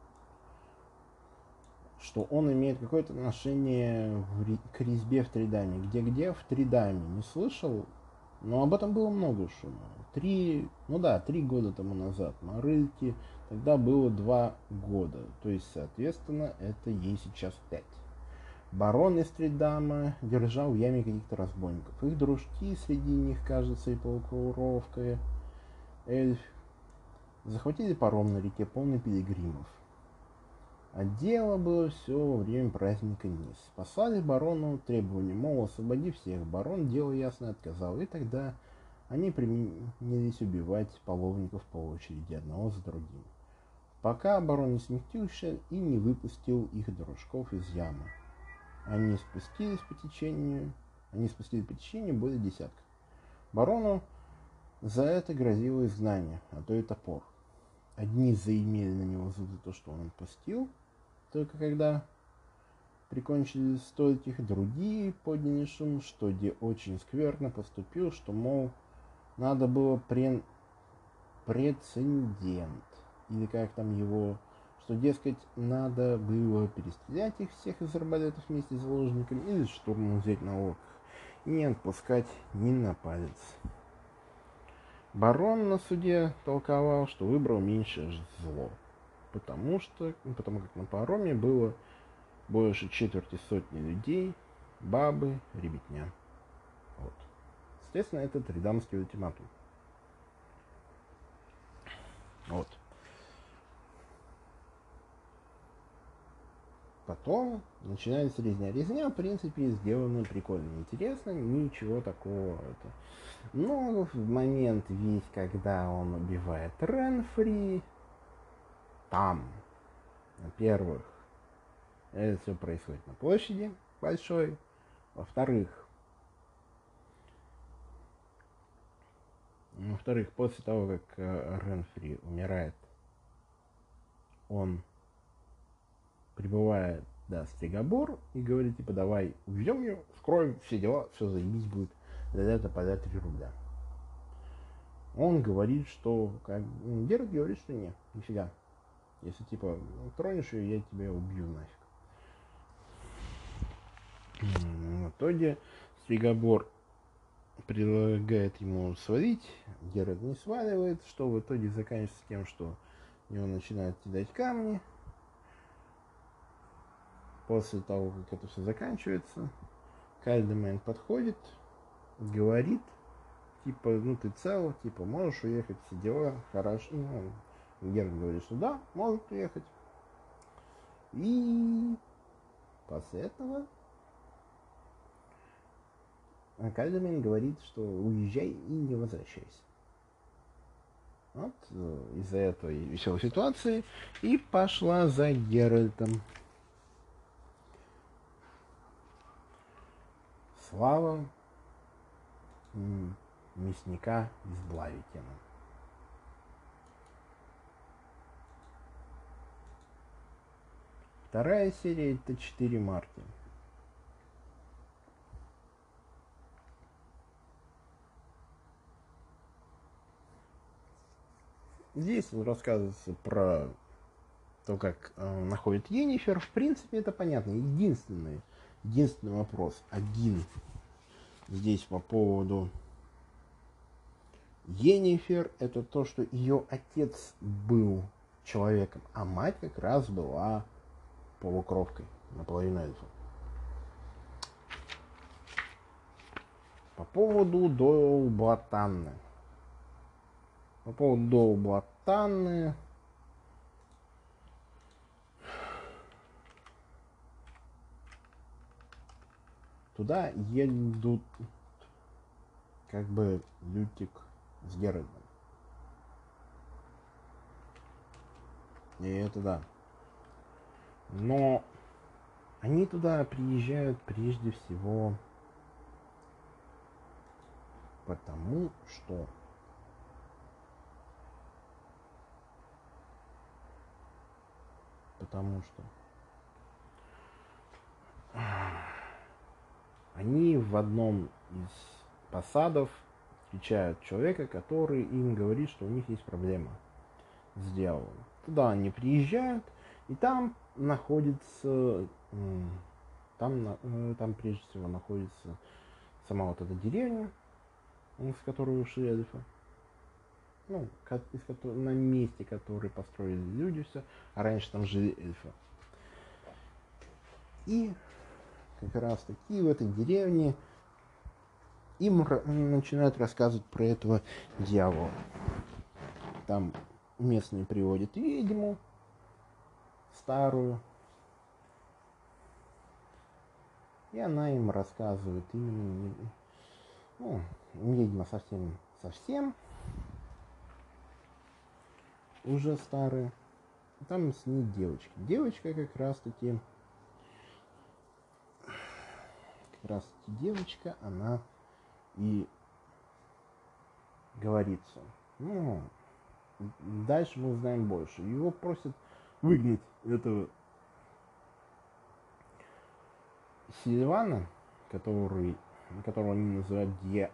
что он имеет какое-то отношение к резьбе в Тридаме. Где в Тридаме не слышал, но об этом было много шума. 3 года тому назад на рынке тогда было 2 года. То есть, соответственно, это ей сейчас 5. Барон из Тридама держал в яме каких-то разбойников. Их дружки, среди них, кажется, и полукровка, эльф, захватили паром на реке, полный пилигримов. А дело было все во время праздника Низ. Послали барону требования, мол, освободи всех. Барон дело ясно отказал, и тогда они принялись убивать половников по очереди, одного за другим. Пока барон не смягчился и не выпустил их дружков из ямы. Они спустили по течению более десятка. Барону за это грозило изгнание, а то и топор. Одни заимели на него зуб за то, что он отпустил, только когда прикончили стольких, другие подняли шум, что Де очень скверно поступил, что, мол, надо было прецедент, или как там его, что, дескать, надо было перестрелять их всех из арбалетов вместе с заложниками или штурмом взять на лодках и не отпускать ни на палец. Барон на суде толковал, что выбрал меньшее зло, потому как на пароме было больше 250 людей, бабы, ребятня. Вот. Естественно, это тридамский ультиматум. Вот. Потом начинается резня. Резня, в принципе, сделана прикольно, интересно, ничего такого. Но в момент весь, когда он убивает Ренфри, там, во-первых, это все происходит на площади большой. Во-вторых, после того, как Ренфри умирает, он прибывает, Стригобор и говорит, типа, давай убьем ее, скроем все дела, все заебись будет, за подай 3 рубля. Он говорит, что, Геральт говорит, что нет, нифига. Если, типа, тронешь ее, я тебя убью нафиг. В итоге Стригобор предлагает ему свалить, Геральт не сваливает, что в итоге заканчивается тем, что его начинают кидать камни. После того, как это все заканчивается, Кальдемейн подходит, говорит, типа, ты цел, типа, можешь уехать, все дела, хорошо. Геральт говорит, что да, может уехать. И после этого Кальдемейн говорит, что уезжай и не возвращайся. Вот из-за этой веселой ситуации и пошла за Геральтом слава мясника из Блавикена. Вторая серия — это 4 марта. Здесь рассказывается про то, как находит Йеннифер. В принципе, это понятно. Единственный вопрос один здесь по поводу Йеннифер — это то, что ее отец был человеком, а мать как раз была полукровкой, наполовину эльфа. По поводу Дойл Блатанны. Туда едут как бы Лютик с Геральтом. И это да. Но они туда приезжают прежде всего потому что они в одном из посадов встречают человека, который им говорит, что у них есть проблема с дьяволом. Туда они приезжают, и там находится, там прежде всего находится сама вот эта деревня, с которой ушли эльфы. Ну, на месте, который построили люди все, а раньше там жили эльфы. И как раз таки в этой деревне им начинают рассказывать про этого дьявола. Там местные приводят ведьму старую, и она им рассказывает именно, ведьма совсем уже старая. Там с ней девочка. Девочка как раз таки девочка, она и говорится. Дальше мы узнаем больше. Его просят выгнать этого Сильвана, которого они называют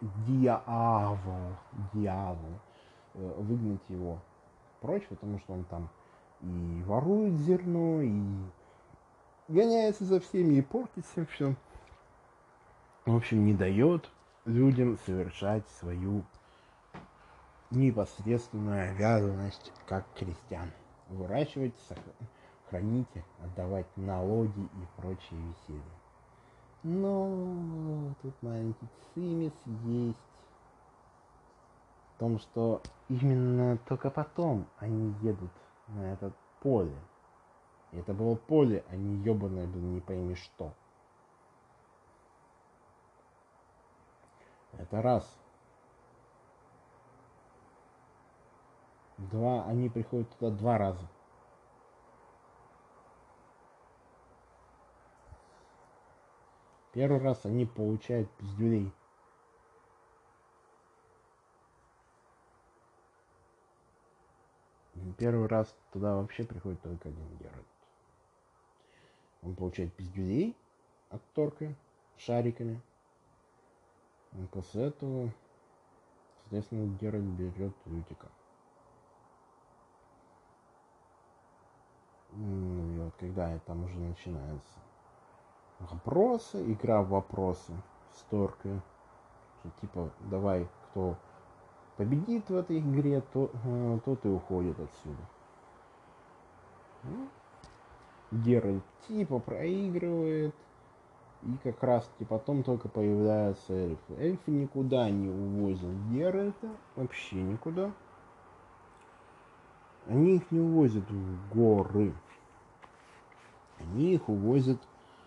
дьявол, выгнать его прочь, потому что он там и ворует зерно, и гоняется за всеми, и портит всем все. В общем, не дает людям совершать свою непосредственную обязанность как крестьян. Выращивать, хранить, отдавать налоги и прочие веселья. Но тут маленький цимис есть в том, что именно только потом они едут на это поле. И это было поле, а не ебаное, не пойми что. Это раз. Два, они приходят туда 2 раза. Первый раз они получают пиздюлей. Первый раз туда вообще приходит только один Геральт. Он получает пиздюлей от Торка шариками. И после этого, соответственно, Геральт берет Лютика. И вот когда там уже начинается вопросы, игра в вопросы с Торкой, что типа давай, кто победит в этой игре, тот и уходит отсюда. Геральт типа проигрывает, и как раз таки потом только появляются эльфы. Эльфы никуда не увозят Геральта, вообще никуда. Они их не увозят в горы. Они их увозят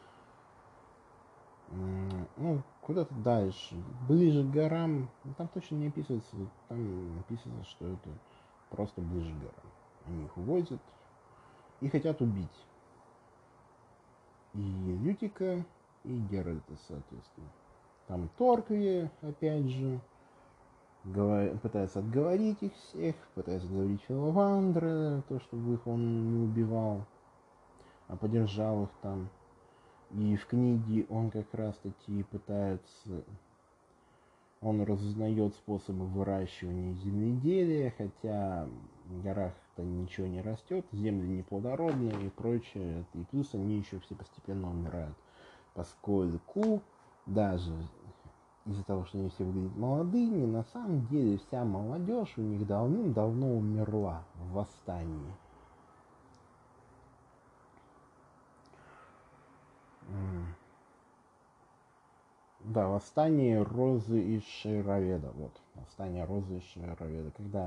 куда-то дальше, ближе к горам. Там точно не описывается, там написано, что это просто ближе к горам. Они их увозят и хотят убить. И Лютика, и Геральта, соответственно. Там Торкви, опять же, пытается отговорить их всех, пытается отговорить Филовандра, то, чтобы их он не убивал, а поддержал их там. И в книге он как раз таки пытается, он разузнает способы выращивания земледелия, хотя в горах-то ничего не растет, земли неплодородные и прочее. И плюс они еще все постепенно умирают, поскольку даже из-за того, что они все выглядят молодыми, на самом деле вся молодежь у них давным-давно умерла в восстании. Да, восстание Розы из Шейроведа. Вот, восстание Розы из Шейроведа.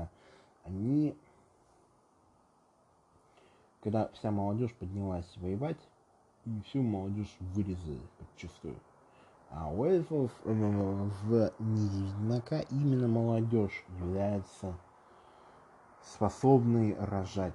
Когда вся молодежь поднялась воевать, и всю молодежь вырезали подчистую. А у эльфов в мире Ведьмака именно молодежь является способной рожать.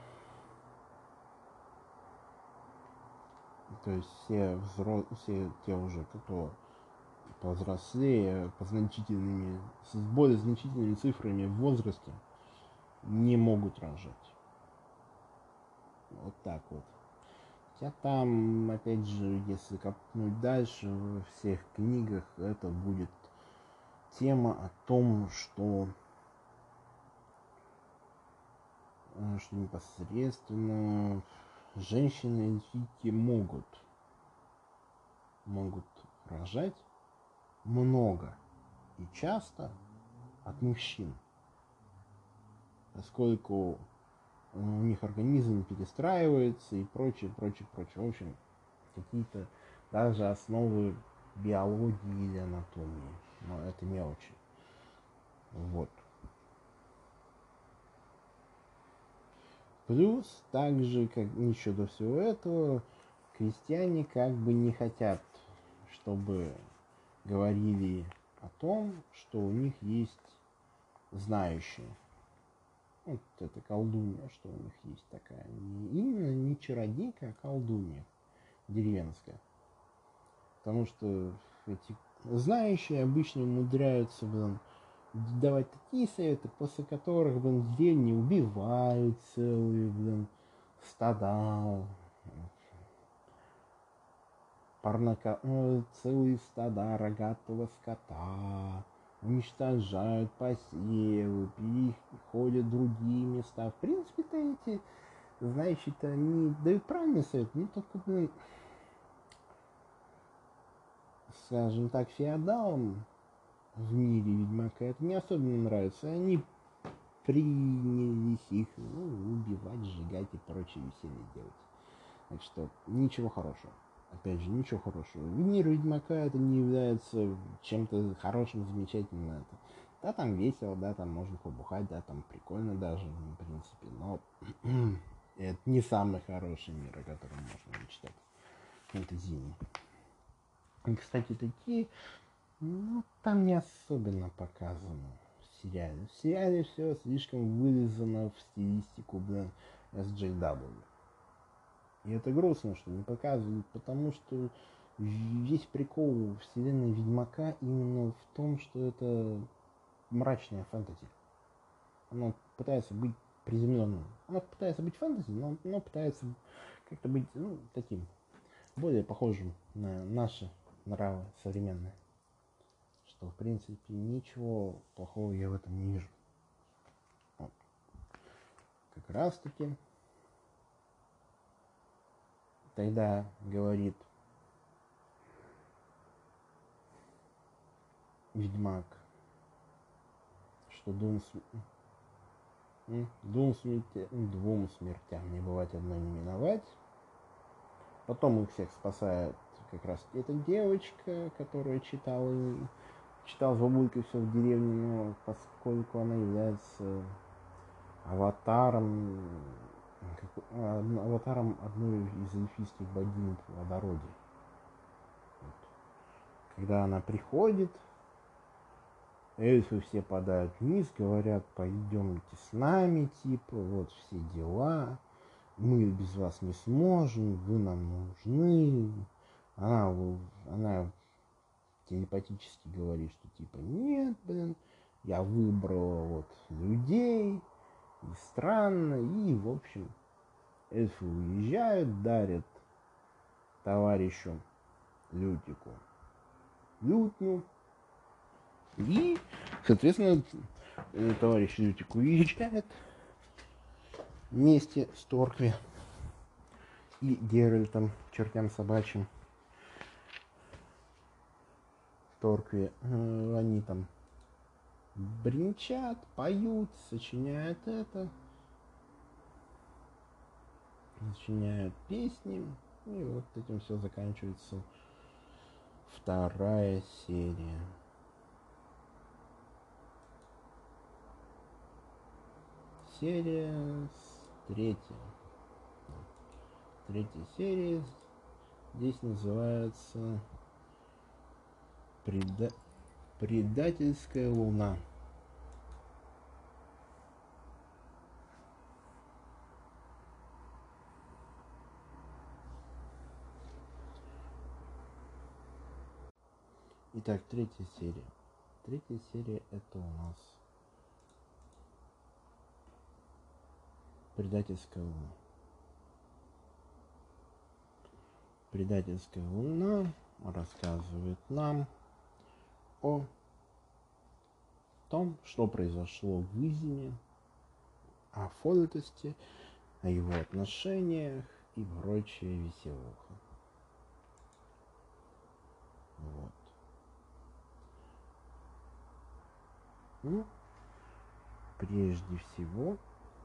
То есть все те уже, кто повзрослее, с более значительными цифрами в возрасте, не могут рожать. Вот так вот. Хотя там, опять же, если копнуть дальше, во всех книгах это будет тема о том, что непосредственно женщины-эльфийки могут рожать много и часто от мужчин, поскольку у них организм перестраивается и прочее. В общем, какие-то даже основы биологии или анатомии. Но это мелочи. Вот. Плюс, также, как еще до всего этого, крестьяне как бы не хотят, чтобы говорили о том, что у них есть знающие. Вот это колдунья, что у них есть такая. Именно не чародейка, а колдунья деревенская. Потому что эти знающие обычно умудряются, давать такие советы, после которых, в деревне убивают целые, стада, целые стада рогатого скота, уничтожают посевы, переходят в другие места. В принципе-то эти знающие-то они дают правильный совет, не только, скажем так, феодалам в мире Ведьмака это не особенно нравится. Они принялись их убивать, сжигать и прочее веселье делать. Так что ничего хорошего. Опять же, ничего хорошего. В мире Ведьмака это не является чем-то хорошим, замечательным. Это. Да, там весело, да, там можно побухать, да, там прикольно даже, в принципе. Но это не самый хороший мир, о котором можно мечтать. Фэнтезийный. И, кстати, такие, там не особенно показано в сериале. В сериале все слишком вылизано в стилистику, SJW. И это грустно, что не показывают, потому что весь прикол вселенной Ведьмака именно в том, что это мрачная фэнтези. Оно пытается быть приземленным. Оно пытается быть фэнтези, но оно пытается как-то быть, таким, более похожим на наши нравы современные. Что, в принципе, ничего плохого я в этом не вижу. Вот. Как раз таки тогда говорит Ведьмак, что двум смертям не бывать, одной не миновать. Потом их всех спасает как раз эта девочка, которая читала с бабулькой все в деревне, но поскольку она является аватаром одной из эльфийских богинь плодородия. Вот. Когда она приходит, эльфы все падают вниз, говорят: пойдемте с нами, типа, вот все дела, мы без вас не сможем, вы нам нужны. Она телепатически говорит, что типа нет, я выбрала вот людей, и странно, и в общем эльфы уезжают, дарят товарищу Лютику лютню, и, соответственно, товарищ Лютик уезжает вместе с Торкви и Геральтом, чертям собачьим. Торкве. Они там бренчат, поют, сочиняют сочиняют песни. И вот этим все заканчивается вторая серия. Серия третья. Третья серия здесь называется Предательская луна. Итак, третья серия. Третья серия это у нас Предательская луна. Предательская луна рассказывает нам о том, что произошло в Изиме, о Фолтесте, о его отношениях и прочая веселуха. Вот. Ну, прежде всего,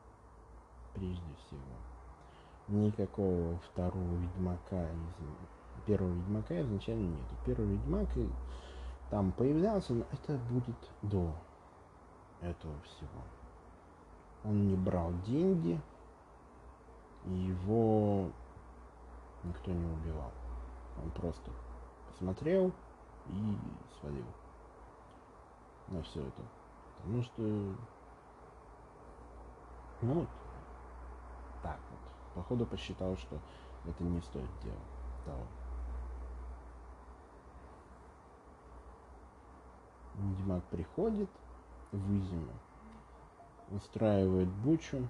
никакого второго Ведьмака первого Ведьмака изначально нету. Первый Ведьмак там появлялся, но это будет до этого всего. Он не брал деньги, и его никто не убивал. Он просто посмотрел и свалил на все это. Потому что, ну вот, так вот. Походу посчитал, что это не стоит делать того. Ведьмак приходит в Изиму, устраивает бучу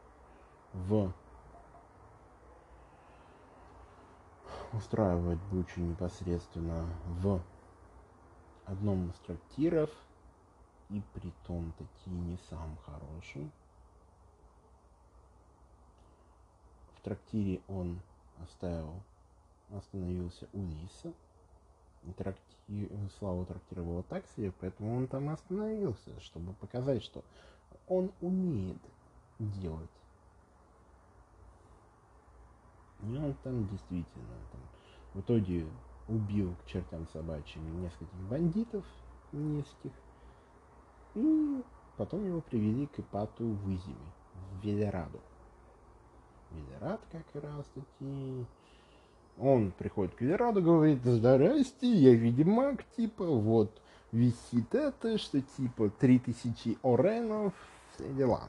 непосредственно в одном из трактиров, и притом таки не сам хороший. В трактире он остановился у Лиса. Слава трактира была так себе, поэтому он там остановился, чтобы показать, что он умеет делать. И он там действительно в итоге убил к чертям собачьим нескольких бандитов низких. И потом его привели к Ипату в Изиме, в Велераду. Велерад как раз таки... Он приходит к Велераду, говорит: здрасте, я ведьмак, типа, вот, висит это, что типа 3000 оренов, все дела.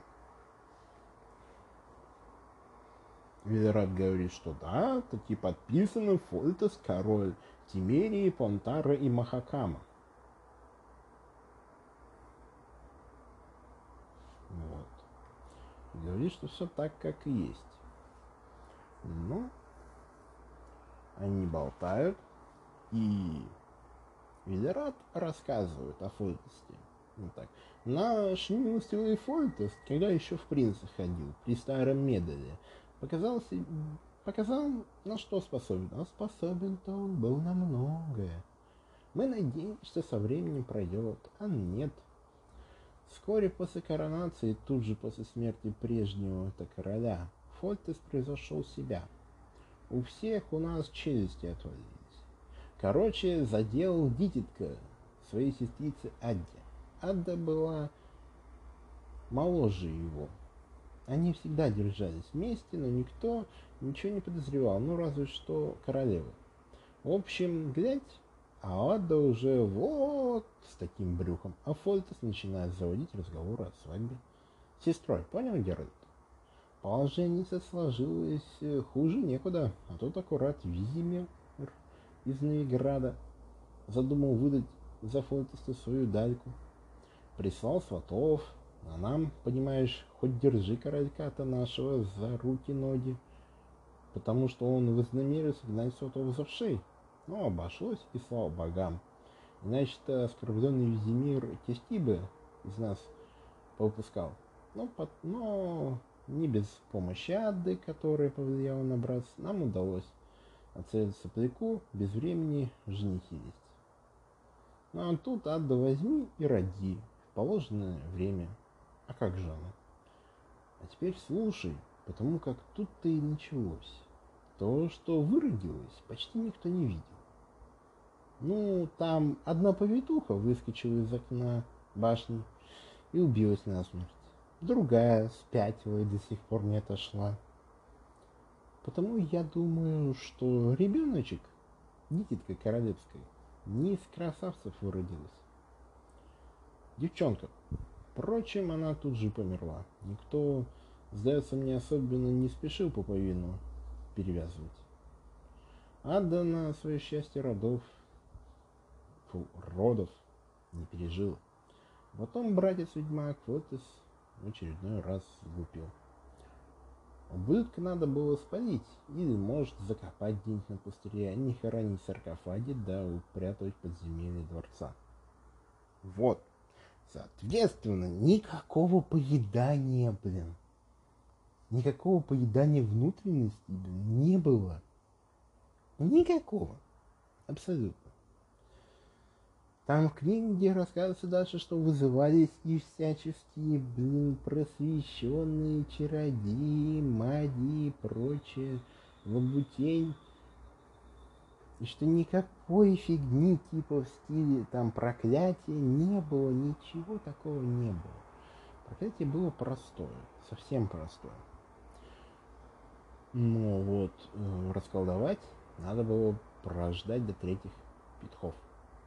Велерад говорит, что да, таки подписаны Фолтес, король Тимерии, Понтара и Махакама. Вот. И говорит, что все так, как и есть. Но они болтают, и Велерад рассказывает о Фолтесте. Вот так. Наш милостивый Фолтест, когда еще в принцах ходил, при старом Медале, показал, на что способен. А способен-то он был на многое. Мы надеемся, что со временем пройдет, а нет. Вскоре после коронации, тут же после смерти прежнего-то короля, Фолтест превзошел себя. У всех у нас челюсти отвалились. Короче, заделал дитятка своей сестрицы Адде. Адда была моложе его. Они всегда держались вместе, но никто ничего не подозревал, ну разве что королева. В общем, глядь, а Адда уже вот с таким брюхом. А Фолтес начинает заводить разговоры о свадьбе с сестрой. Понял, Геральт? Положение сложилось хуже некуда, а тут аккурат Визимир из Новиграда задумал выдать за Фолтеста свою дальку. Прислал сватов, а нам, понимаешь, хоть держи королька-то нашего за руки-ноги, потому что он вознамерился гнать сватов за вшей. Но обошлось, и слава богам. Иначе-то оскорбленный Визимир кисти бы из нас повыпускал. Но не без помощи Адды, которая повлияла на братца, нам удалось отцелиться сопляку, без времени женихились. Ну а тут Ада возьми и роди в положенное время. А как же она? А теперь слушай, потому как тут-то и началось. То, что выродилось, почти никто не видел. Ну, там одна повитуха выскочила из окна башни и убилась насмерть. Другая спятила и до сих пор не отошла. Потому я думаю, что ребеночек, дитятка королевская, не из красавцев выродилась. Девчонка. Впрочем, она тут же померла. Никто, сдается мне, особенно не спешил пуповину перевязывать. Ада на свое счастье родов не пережила. Потом братец-ведьмак Фотис в очередной раз глупил. Ублюдка надо было спалить или, может, закопать где-нибудь на пустыре, а не хоронить в саркофаге, да упрятывать в подземелье дворца. Вот. Соответственно, никакого поедания, блин. Никакого поедания внутренностей, блин, не было. Никакого. Абсолютно. Там в книге рассказывается дальше, что вызывались и всяческие, блин, просвещенные чародеи, маги и прочее, лабутень. И что никакой фигни типа в стиле там проклятия не было, ничего такого не было. Проклятие было простое, совсем простое. Но вот расколдовать надо было прождать до третьих питхов.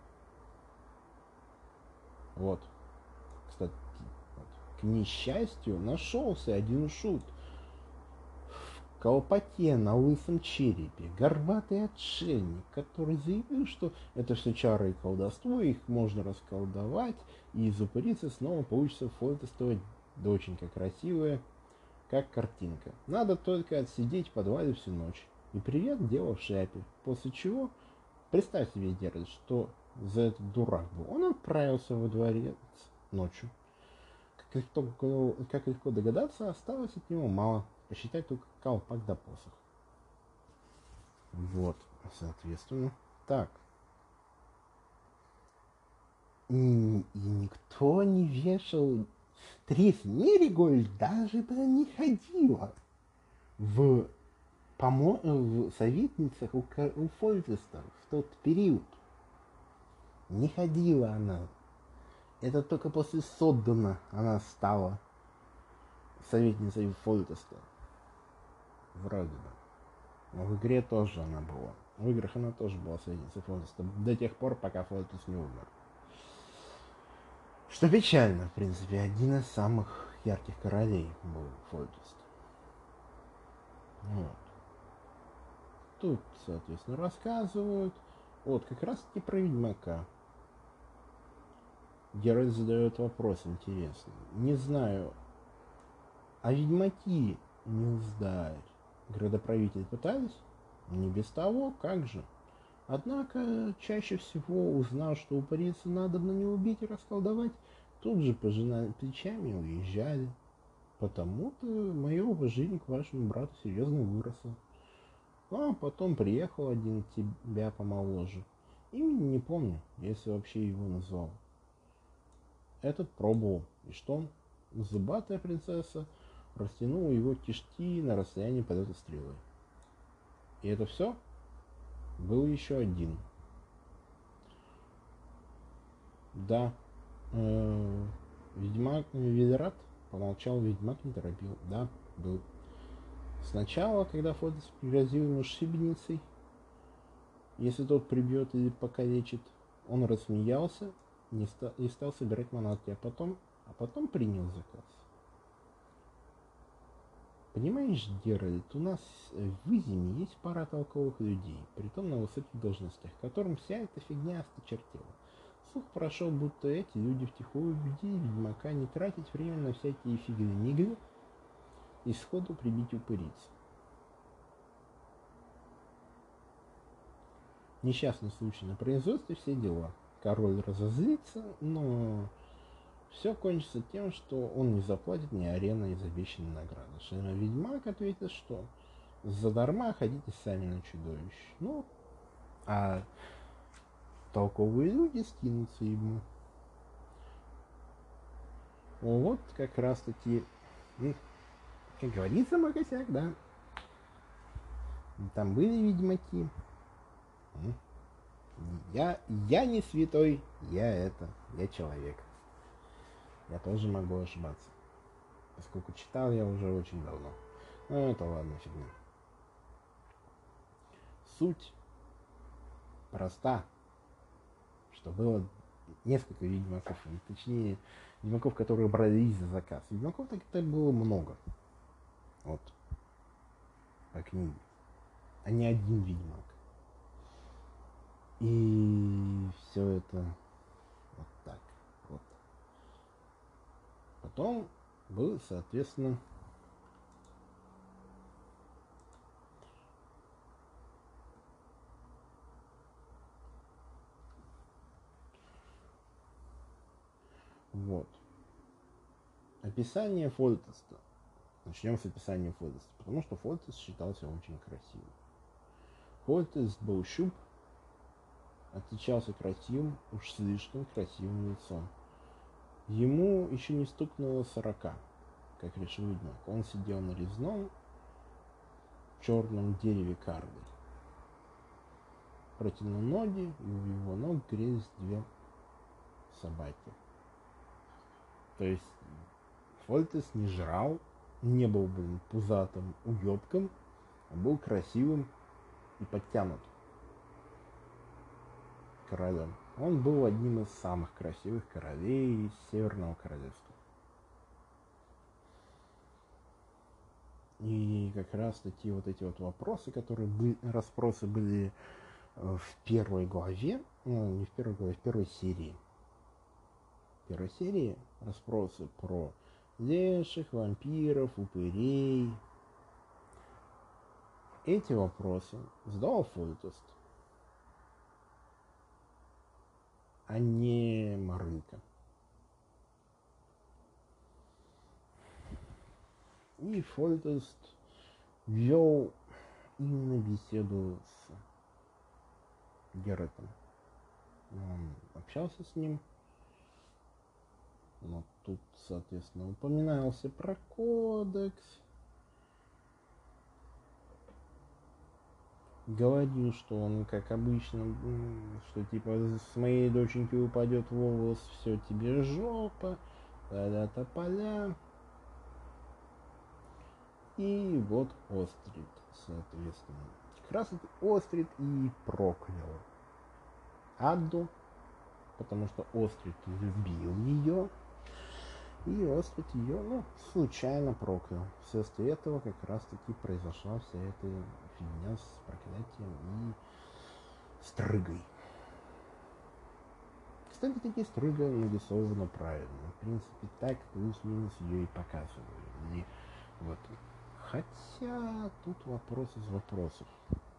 Вот. Кстати, вот. К несчастью нашелся один шут в колпаке на лысом черепе, горбатый отшельник, который заявил, что это все чары и колдовство, их можно расколдовать, и из упырицы снова получится фотостовать доченька красивая, как картинка. Надо только отсидеть в подвале всю ночь. И привет, дело в шляпе. После чего, представь себе, Геральт, что за этот дурак был. Он отправился во дворец ночью. Как легко догадаться, осталось от него мало. Посчитать только колпак да посох. Вот, соответственно. Так. И никто не вешал. Трис Меригольд даже бы не ходила в советницах у Фольтеста в тот период. Не ходила она. Это только после Соддена она стала советницей Фольтеста. Вроде бы. Но в игре тоже она была. В играх она тоже была советницей Фольтеста. До тех пор, пока Фольтес не умер. Что печально, в принципе. Один из самых ярких королей был Фольтест. Вот. Тут, соответственно, рассказывают. Вот, как раз таки про Ведьмака. Герой задает вопрос интересный. Не знаю, а ведьмаки не сдать градоправители пытались? Не без того, как же. Однако, чаще всего, узнав, что упырицу надо не убить и расколдовать, тут же, пожимая плечами, уезжали. Потому-то мое уважение к вашему брату серьезно выросло. А потом приехал один тебя помоложе. Имени не помню, если вообще его назвал. Этот пробовал. И что? Зубатая принцесса растянула его кишки на расстоянии полета стрелы. И это все? Был еще один. Да. Ведьмак Ведерат помолчал, ведьмак не торопил. Да, был. Сначала, когда Фотис пригрозил ему шибеницей, если тот прибьет или покалечит, он рассмеялся и стал собирать манатки, а потом принял заказ. Понимаешь, Геральт, у нас в Изиме есть пара толковых людей, притом на высоких должностях, которым вся эта фигня осточертела. Слух прошел, будто эти люди втихую убедили ведьмака не тратить время на всякие фигли-мигли и сходу прибить упырицу. Несчастный случай на производстве, все дела. Король разозлится, но все кончится тем, что он не заплатит ни арены из обещанной награды. Шельма ведьмак ответит, что задарма ходите сами на чудовищ. Ну, а толковые люди скинутся ему. Вот как раз таки, как говорится, мой косяк, да. Там были ведьмаки. Я не святой, я человек. Я тоже могу ошибаться. Поскольку читал я уже очень давно. Ну, это ладно, фигня. Суть проста, что было несколько ведьмаков, точнее, ведьмаков, которые брались за заказ. Ведьмаков так было много. Вот. По книге. А не один ведьмак. И все это вот так вот. Потом был, соответственно, вот. Описание Фольтеста. Начнем с описания Фольтеста, потому что Фольтест считался очень красивым. Фольтест был щуп, отличался красивым, уж слишком красивым лицом. Ему еще не стукнуло 40, как решил ведьмак. Он сидел на резном черном дереве карды. Протянул ноги, и у его ног грелись 2 собаки. То есть Фольтест не жрал, не был, пузатым уебком, а был красивым и подтянутым королем. Он был одним из самых красивых королей Северного Королевства. И как раз таки вот эти вот вопросы, расспросы были в первой главе, не в первой главе, в первой серии. В первой серии расспросы про леших, вампиров, упырей. Эти вопросы задавал Фольтест, а не Марынка. И Фольтест вел именно беседу с Геральтом. Он общался с ним. Но тут, соответственно, упоминался про кодекс. Говорил, что он, как обычно, что типа с моей доченьки упадет волос, все тебе жопа, да тополя. И вот Острид, соответственно. Как раз Острид и проклял Адду, потому что Острид любил ее. И Острид ее, случайно проклял. Вследствие этого как раз таки произошла вся эта фигня с проклятием и стрыгой. Кстати, таки стрыга нарисована правильно. В принципе, так плюс-минус ее и показывали. И вот. Хотя тут вопрос из вопросов.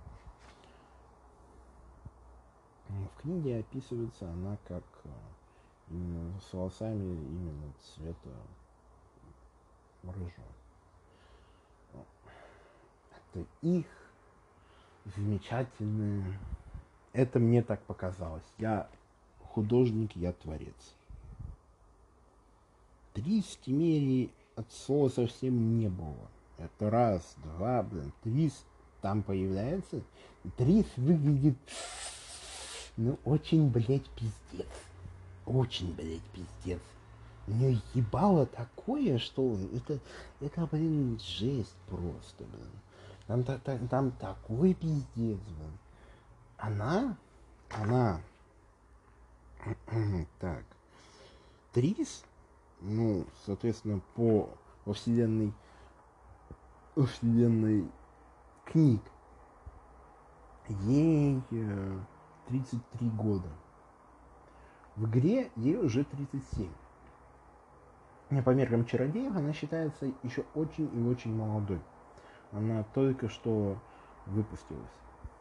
В книге описывается она как именно с волосами именно цвета рыжего. Это их замечательное. Это мне так показалось. Я художник, я творец. Трис в Тимерии от слова совсем не было. Это раз, два, Трис там появляется. Трис выглядит, очень, пиздец. Очень, пиздец. У нее ебало такое, что это жесть просто, Там такой пиздец, Она, так, Трис, соответственно, во вселенной книг, ей 33 года. В игре ей уже 37. По меркам чародеев она считается еще очень и очень молодой. Она только что выпустилась.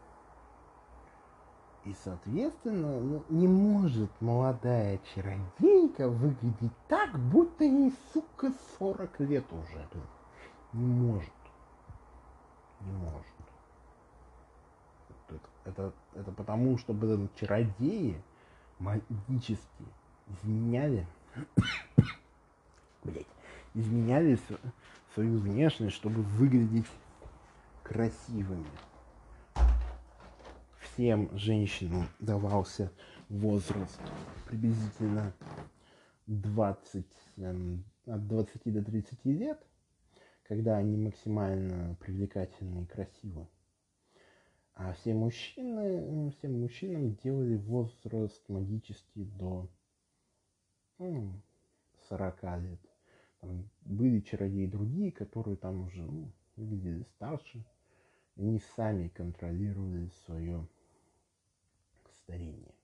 И, соответственно, не может молодая чародейка выглядеть так, будто ей, 40 лет уже. Не может. происходит? Это потому, что чародеи магически изменяли, изменяли свою внешность, чтобы выглядеть красивыми. Всем женщинам давался возраст приблизительно 20, от 20 до 30 лет, когда они максимально привлекательны и красивы. А всем мужчинам делали возраст магический до 40 лет. Там были чародеи другие, которые там уже выглядели старше. Они сами контролировали свое старение.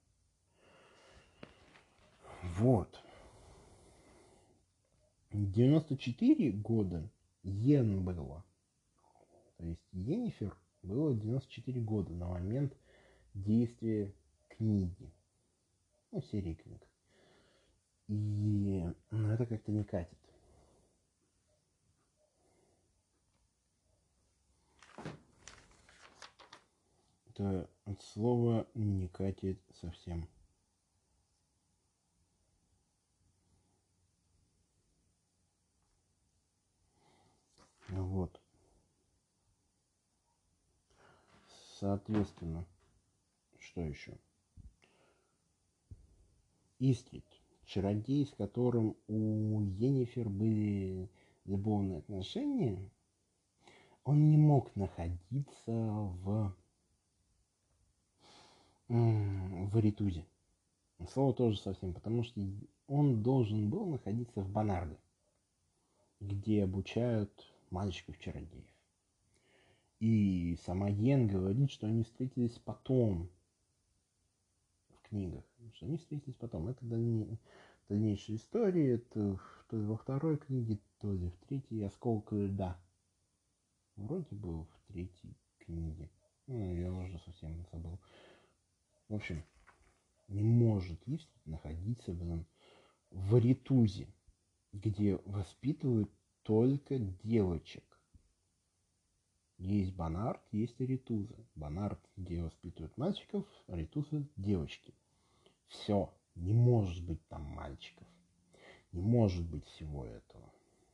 Вот. 94 года Йен было. То есть Йеннифер было 94 года на момент действия книги. Серии книг. И это как-то не катит. Это от слова не катит совсем. Вот. Соответственно, что еще? Истрид. Чародей, с которым у Йеннифер были любовные отношения, он не мог находиться в Ритузе. Слово тоже совсем, потому что он должен был находиться в Банарде, где обучают мальчиков-чародеев. И сама Йен говорит, что они встретились потом в книгах. Что они встретились потом. Это дальнейшая история. Это то ли во второй книге, то ли в третьей. Осколка льда. Вроде был в третьей книге. Я уже совсем забыл. В общем, не может Истрид находиться в Ритузе, где воспитывают только девочек. Есть Банард, есть Ритуза. Банард, где воспитывают мальчиков, а Ритуза – девочки. Все. Не может быть там мальчиков. Не может быть всего этого.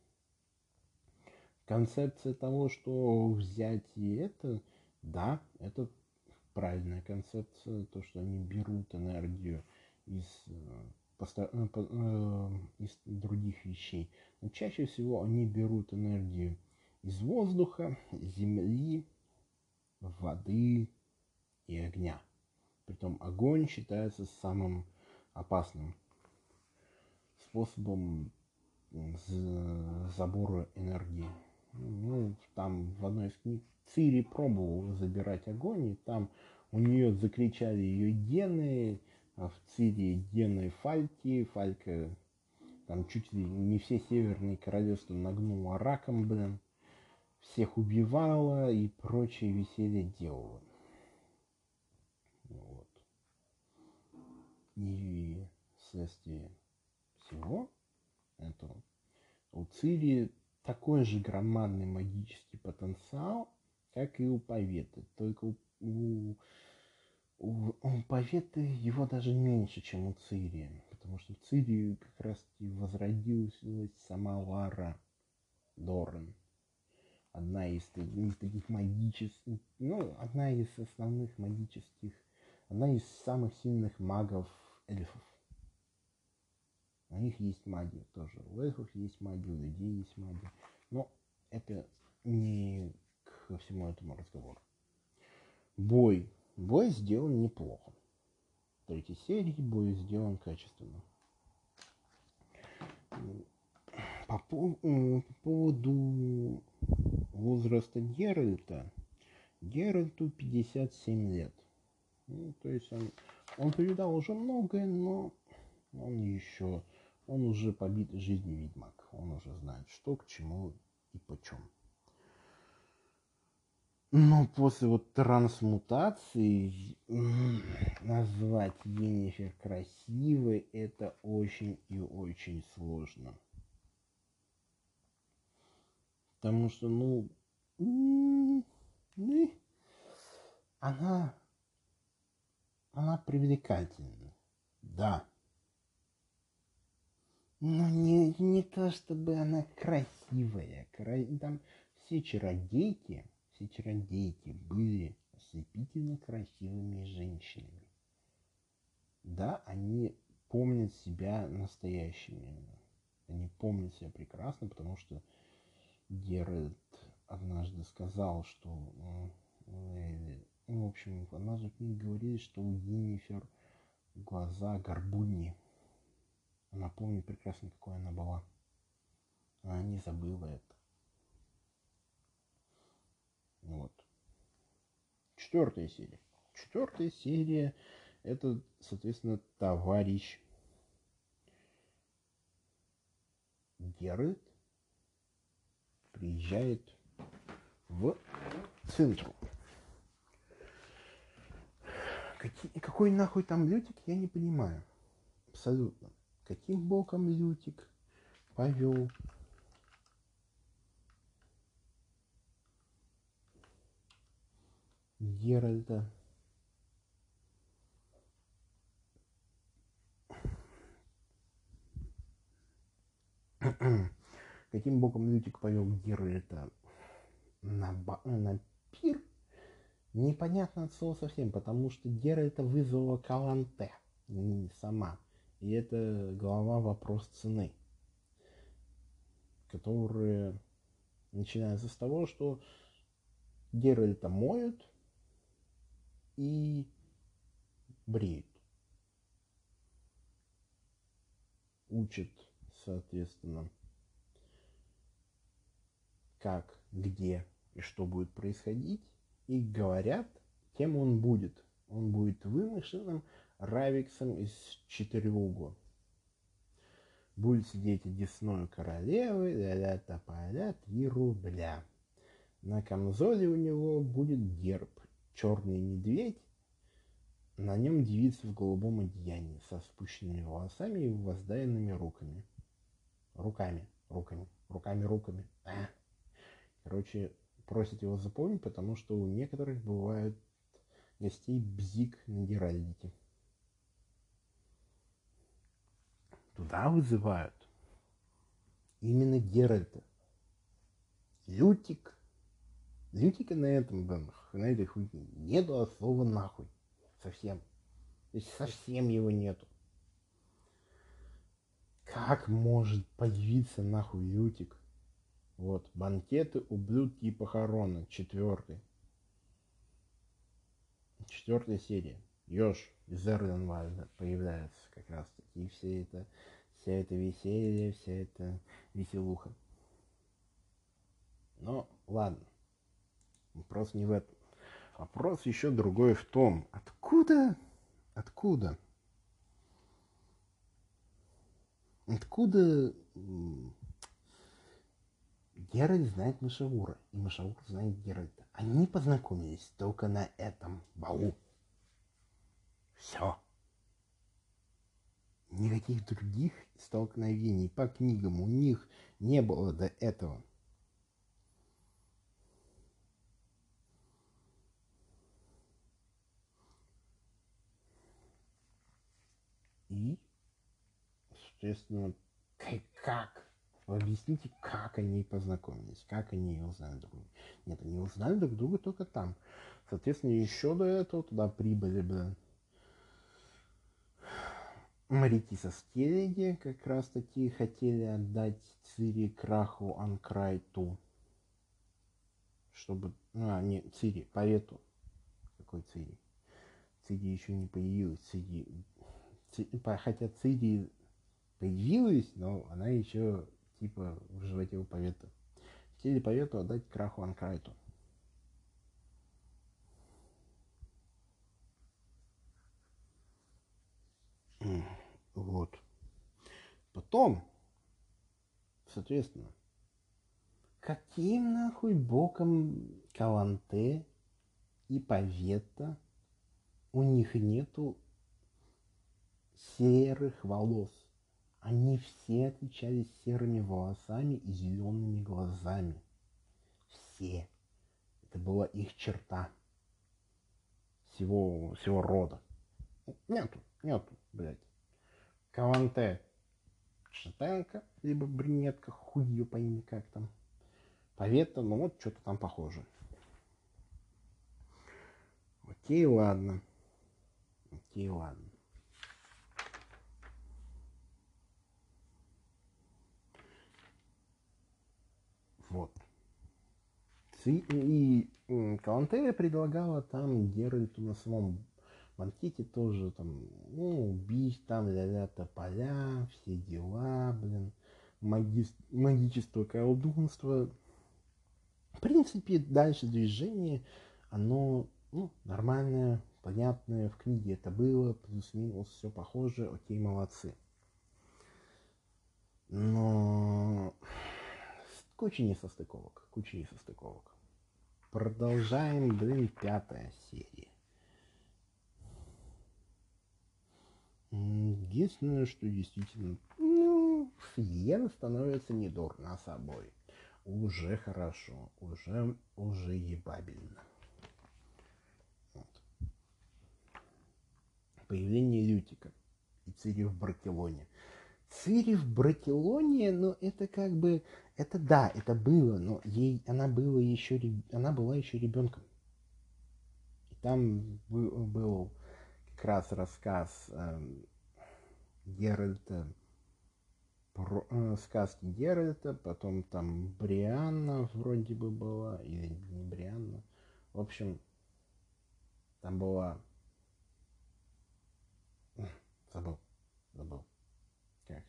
Концепция того, что взять и это, да, это правильная концепция. То, что они берут энергию из других вещей. Но чаще всего они берут энергию из воздуха, земли, воды и огня. Притом огонь считается самым опасным способом забора энергии. Там в одной из книг Цири пробовала забирать огонь, и там у нее закричали ее гены, а в Цири гены Фальки. Фалька там чуть ли не все северные королевства нагнула раком, всех убивала и прочие веселье делала. Вот. И вследствие всего этого у Цири такой же громадный магический потенциал, как и у Паветы. Только у Паветы его даже меньше, чем у Цири. Потому что в Цири как раз таки возродилась сама Лара Дорн. Одна из таких магических, одна из основных магических, одна из самых сильных магов эльфов. У них есть магия тоже. У эльфов есть магия, у людей есть магия. Но это не к всему этому разговору. Бой сделан неплохо. В третьей серии бой сделан качественно. По поводу возраста Геральта. Геральту 57 лет. То есть он повидал уже многое, но он уже побитый жизнью ведьмак. Он уже знает, что к чему и почем. Но после трансмутации назвать Йеннифер красивой — это очень и очень сложно. Потому что, она она привлекательна. Да. Но не то, чтобы она красивая. Там все чародейки были ослепительно красивыми женщинами. Да, они помнят себя настоящими. Они помнят себя прекрасно, потому что Геральт однажды сказал, что... в общем, однажды в книге говорили, что у Йеннифер глаза горбуни. Она помнит прекрасно, какой она была. Она не забыла это. Вот. Четвертая серия. Четвертая серия — это, соответственно, товарищ Геральт приезжает в Цинтру. Какой нахуй там Лютик, я не понимаю. Абсолютно. Каким боком Лютик повел Геральта каким боком Лютик повел Геральта на пир, непонятно от слова совсем, потому что Геральта вызвала Каланте сама. И это глава «Вопрос цены», которая начинается с того, что Геральта моют и бреют. Учат, соответственно, как, где и что будет происходить. И говорят, кем он будет. Он будет вымышленным Равиксом из Четырёхугла. Будет сидеть одесную королевы, ля-ля тополя, 3 рубля. На камзоле у него будет герб. Черный медведь. На нем девица в голубом одеянии, со спущенными волосами и воздаянными руками. Руками. Короче, просит его запомнить, потому что у некоторых бывают гостей бзик на Геральдике. Туда вызывают именно Геральта. Лютика на этой хуйне нету от слова нахуй. Совсем. То есть совсем его нету. Как может появиться нахуй Лютик? Вот, банкеты, ублюдки и похороны. Четвертая серия. Ёж из Эрленвальда появляется как раз таки. И вся эта веселье, вся эта веселуха. Но ладно. Вопрос не в этом. Вопрос еще другой в том, откуда Геральт знает Мышавура, и Мышавур знает Геральта. Они познакомились только на этом балу. Все. Никаких других столкновений по книгам у них не было до этого. И, соответственно, как? Вы объясните, как они познакомились, как они узнали друг друга. Нет, они узнали друг друга только там. Соответственно, еще до этого туда прибыли, моряки со Скеллиги, как раз таки хотели отдать Цири Краху Анкрайту. Чтобы... Цири, поэту. Какой Цири? Цири еще не появилась. Хотя Цири появилась, но она еще типа в животе у повета. Хотели повету отдать Краху Анкрайту. Вот. Потом, соответственно, каким нахуй боком Каланте и Павета у них нету серых волос? Они все отличались серыми волосами и зелеными глазами. Все. Это была их черта всего рода. Нету, блядь. Каланте шатенка, либо брюнетка, хуй ее пойми как там. Павета, ну вот что-то там похоже. Окей, ладно. Окей, ладно. Вот. И Каланте предлагала там Геральту на самом банкете тоже там, ну, убить там ля-ля тополя, все дела, блин, магичество, колдунство. В принципе, дальше движение, оно, ну, нормальное, понятное, в книге это было, плюс-минус, все похоже, окей, молодцы. Но куча несостыковок, куча несостыковок. Продолжаем, блин, 5-я серия. Единственное, что действительно, ну, Фиена становится недурна собой. Уже хорошо, уже ебабельно. Вот. Появление Лютика и Цири в Бракелоне. Цири в Бракелоне, ну, это как бы, это да, это было, но она была еще ребенком. И там был как раз рассказ Геральта, сказки Геральта, потом там Брианна вроде бы была, или не Брианна. В общем, там была... Забыл. Как?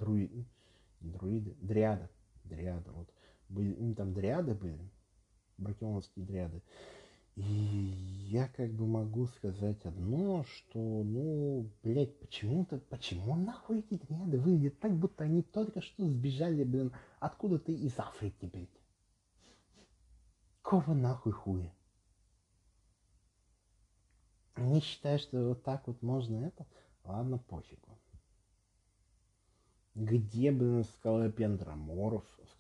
Дриада. Дриада, вот. Там дриады были, бракионские дриады. И я как бы могу сказать одно, что, ну, блядь, почему нахуй эти дриады выглядят так, будто они только что сбежали, блин, откуда-то из Африки, блядь. Кого нахуй хуя? Не считаю, что вот так вот можно это? Ладно, пофигу. Где, блин, Скалопендроморф, с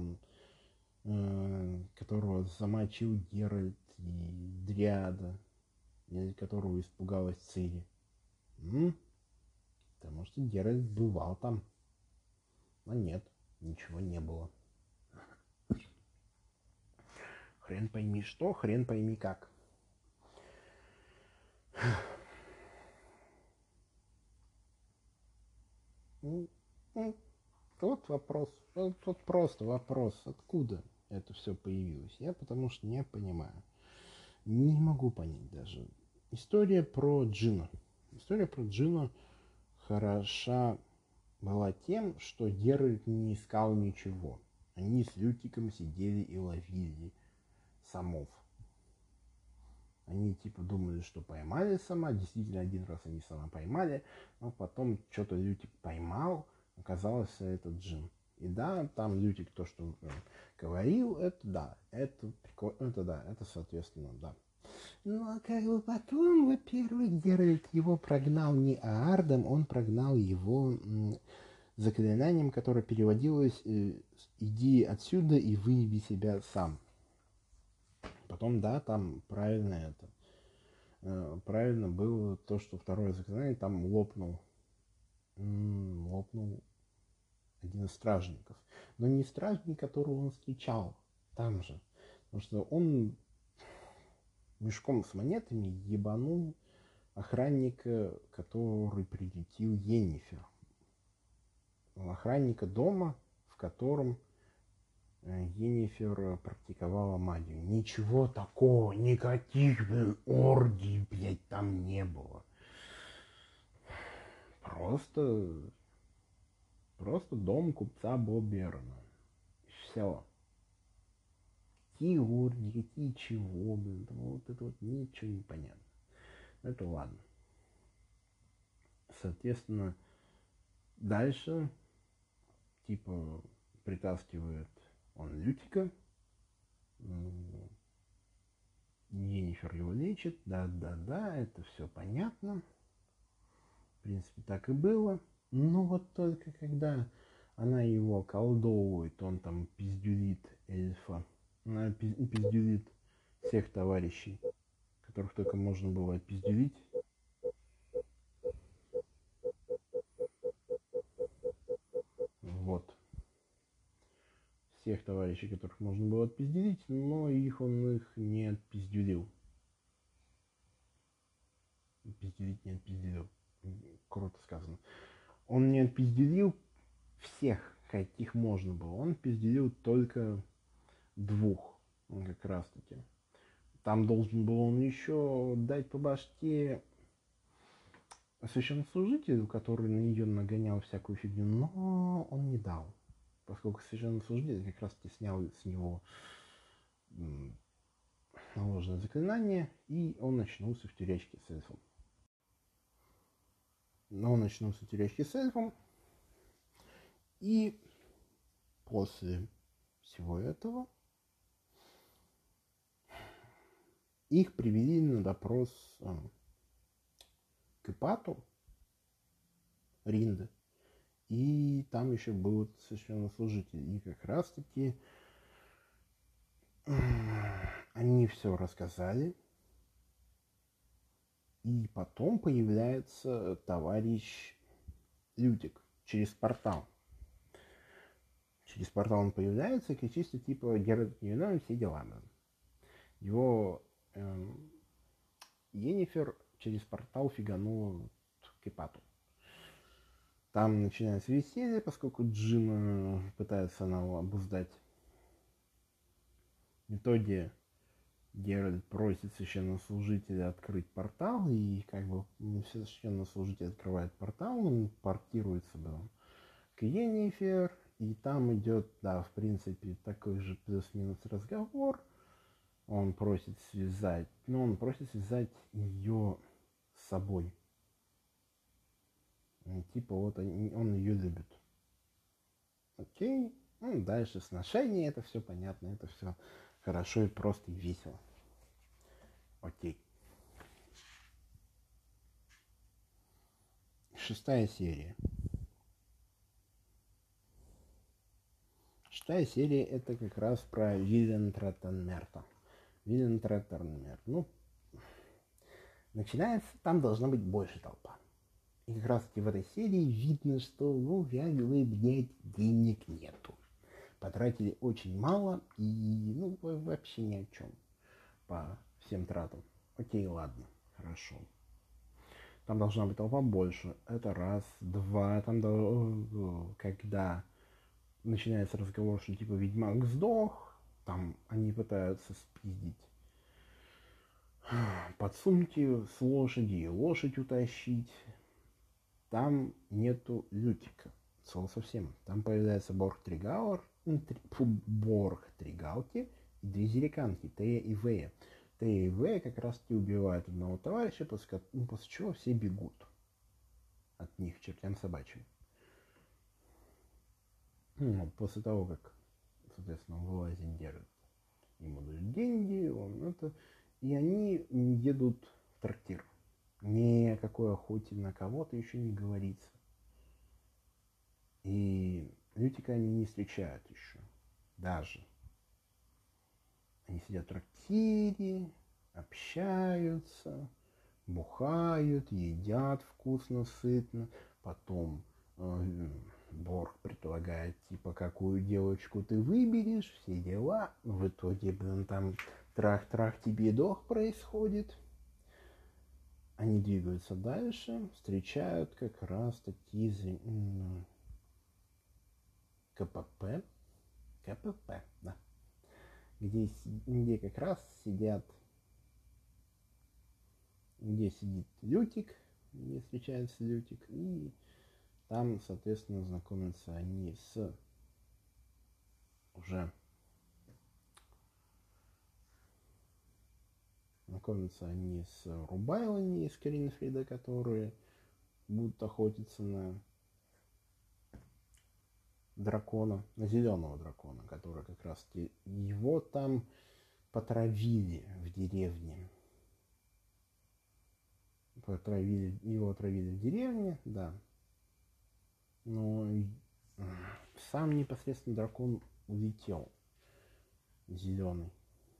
которого замочил Геральт и Дриада, из которого испугалась Цири? Потому что Геральт бывал там. Но нет, ничего не было. Хрен пойми что, хрен пойми как. Вот вопрос, вот просто вопрос, откуда это все появилось. Я потому что не понимаю. Не могу понять даже. История про Джина. История про Джина хороша была тем, что Геральт не искал ничего. Они с Лютиком сидели и ловили самов. Они типа думали, что поймали сама. Действительно, один раз они сама поймали. Но потом что-то Лютик поймал. Оказалось, это Джин. И да, там Лютик то, что говорил, это да. Это прикольно. Это да, это соответственно, да. Ну, а как бы потом, во-первых, Геральт его прогнал не Аардом, он прогнал его заклинанием, которое переводилось «иди отсюда и выеби себя сам». Потом, да, там правильно это. Правильно было то, что второе заклинание там лопнул один из стражников. Но не стражник, которого он встречал там же. Потому что он мешком с монетами ебанул охранника, который приютил Йеннифер. Охранника дома, в котором Йеннифер практиковала магию. Ничего такого, никаких, блин, оргий, блядь, там не было. Просто дом купца Боберна. Все. Какие оргии, какие чего, блин, вот это вот ничего не понятно. Это ладно. Соответственно, дальше, типа, притаскивает он Лютика, Йеннифер его лечит, да, это все понятно. В принципе, так и было. Но вот только когда она его околдовывает, он там пиздюлит эльфа, она пиздюлит всех товарищей, которых только можно было отпиздюлить. товарищей, которых можно было отпизделить, но их не отпизделил. Пизделить не отпизделил. Круто сказано. Он не отпизделил всех, каких можно было. Он пизделил только двух, как раз таки. Там должен был он еще дать по башке священнослужителю, который на нее нагонял всякую фигню, но он не дал. Поскольку священнослужитель как раз таки снял с него наложенное заклинание, и он очнулся в тюрячке с эльфом. Но он очнулся в тюрячке с эльфом, и после всего этого их привели на допрос к Ипату Ринды, и там еще был священнослужитель, и как раз таки они все рассказали, и потом появляется товарищ Лютик через портал. Через портал он появляется и кричит, что типа Геральт не виновен, все дела. Его Йеннифер через портал фиганула к Ипату. Там начинается веселье, поскольку Джима пытается она обуздать. В итоге Геральт просит священнослужителя открыть портал, и как бы священнослужитель открывает портал, он портируется к Йеннифер, и там идет, да, в принципе, такой же плюс-минус разговор. Он просит связать ее с собой. Типа вот он ее любит. Окей. Ну, дальше сношение, это все понятно, это все хорошо и просто и весело. Окей. 6-я серия. 6-я серия это как раз про Виллен Треттенмерта. Виллен Треттенмерт. Ну, начинается, там должна быть больше толпа. И как раз таки в этой серии видно, что, ну, реально, блядь, денег нету. Потратили очень мало и, ну, вообще ни о чем по всем тратам. Окей, ладно, хорошо. Там должна быть толпа больше. Это раз. Два. Там, когда начинается разговор, что типа ведьмак сдох, там они пытаются спиздить подсумки с лошади, лошадь утащить. Там нету Лютика. Совсем. Там появляется Борг Тригаути и две зериканки, Тея и Вея. Тея и Вея как раз таки убивают одного товарища, после чего все бегут от них к чертям собачьим. После того, как, соответственно, он вылазит, держит, ему дают деньги, и они едут в трактир. Ни о какой охоте на кого-то еще не говорится. И Лютика они не встречают еще. Даже. Они сидят в трактире, общаются, бухают, едят вкусно, сытно. Потом Борг предлагает, типа, какую девочку ты выберешь, все дела. В итоге, там трах-трах тебе дох происходит. Они двигаются дальше, встречают как раз таки КПП, да, где как раз сидит Лютик, где встречается Лютик, и там, соответственно, знакомятся они с Рубайлами из Коринфрида, которые будут охотиться на дракона, на зеленого дракона, который как раз его там потравили в деревне. Его отравили в деревне, да. Но сам непосредственно дракон улетел. Зеленый.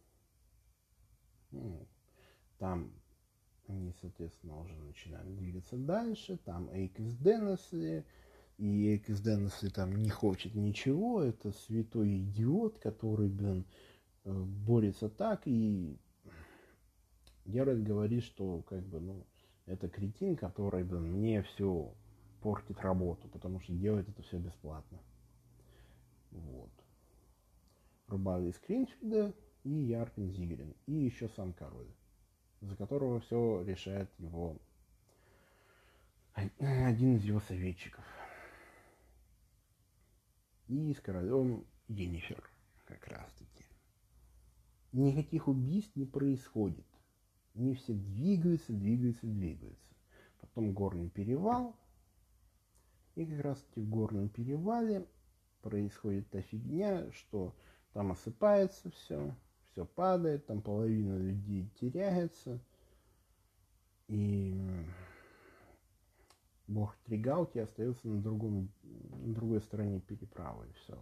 Там они, соответственно, уже начинают двигаться дальше. Там Эйкс Денесли, И Экис Деннесли там не хочет ничего, это святой идиот, который, блин, борется так, и Геральт говорит, что как бы, ну, это кретин, который, блин, мне все портит работу, потому что делает это все бесплатно. Вот. Рубал из Кринфельда и Ярпин Зигрин. И еще сам король, за которого все решает его один из его советчиков. И с королем Йеннифер как раз таки. Никаких убийств не происходит. Они все двигаются. Потом горный перевал. И как раз таки в горном перевале происходит та фигня, что там осыпается все падает, там половина людей теряется. И бог Тригаути остается на другой стороне переправы. И все.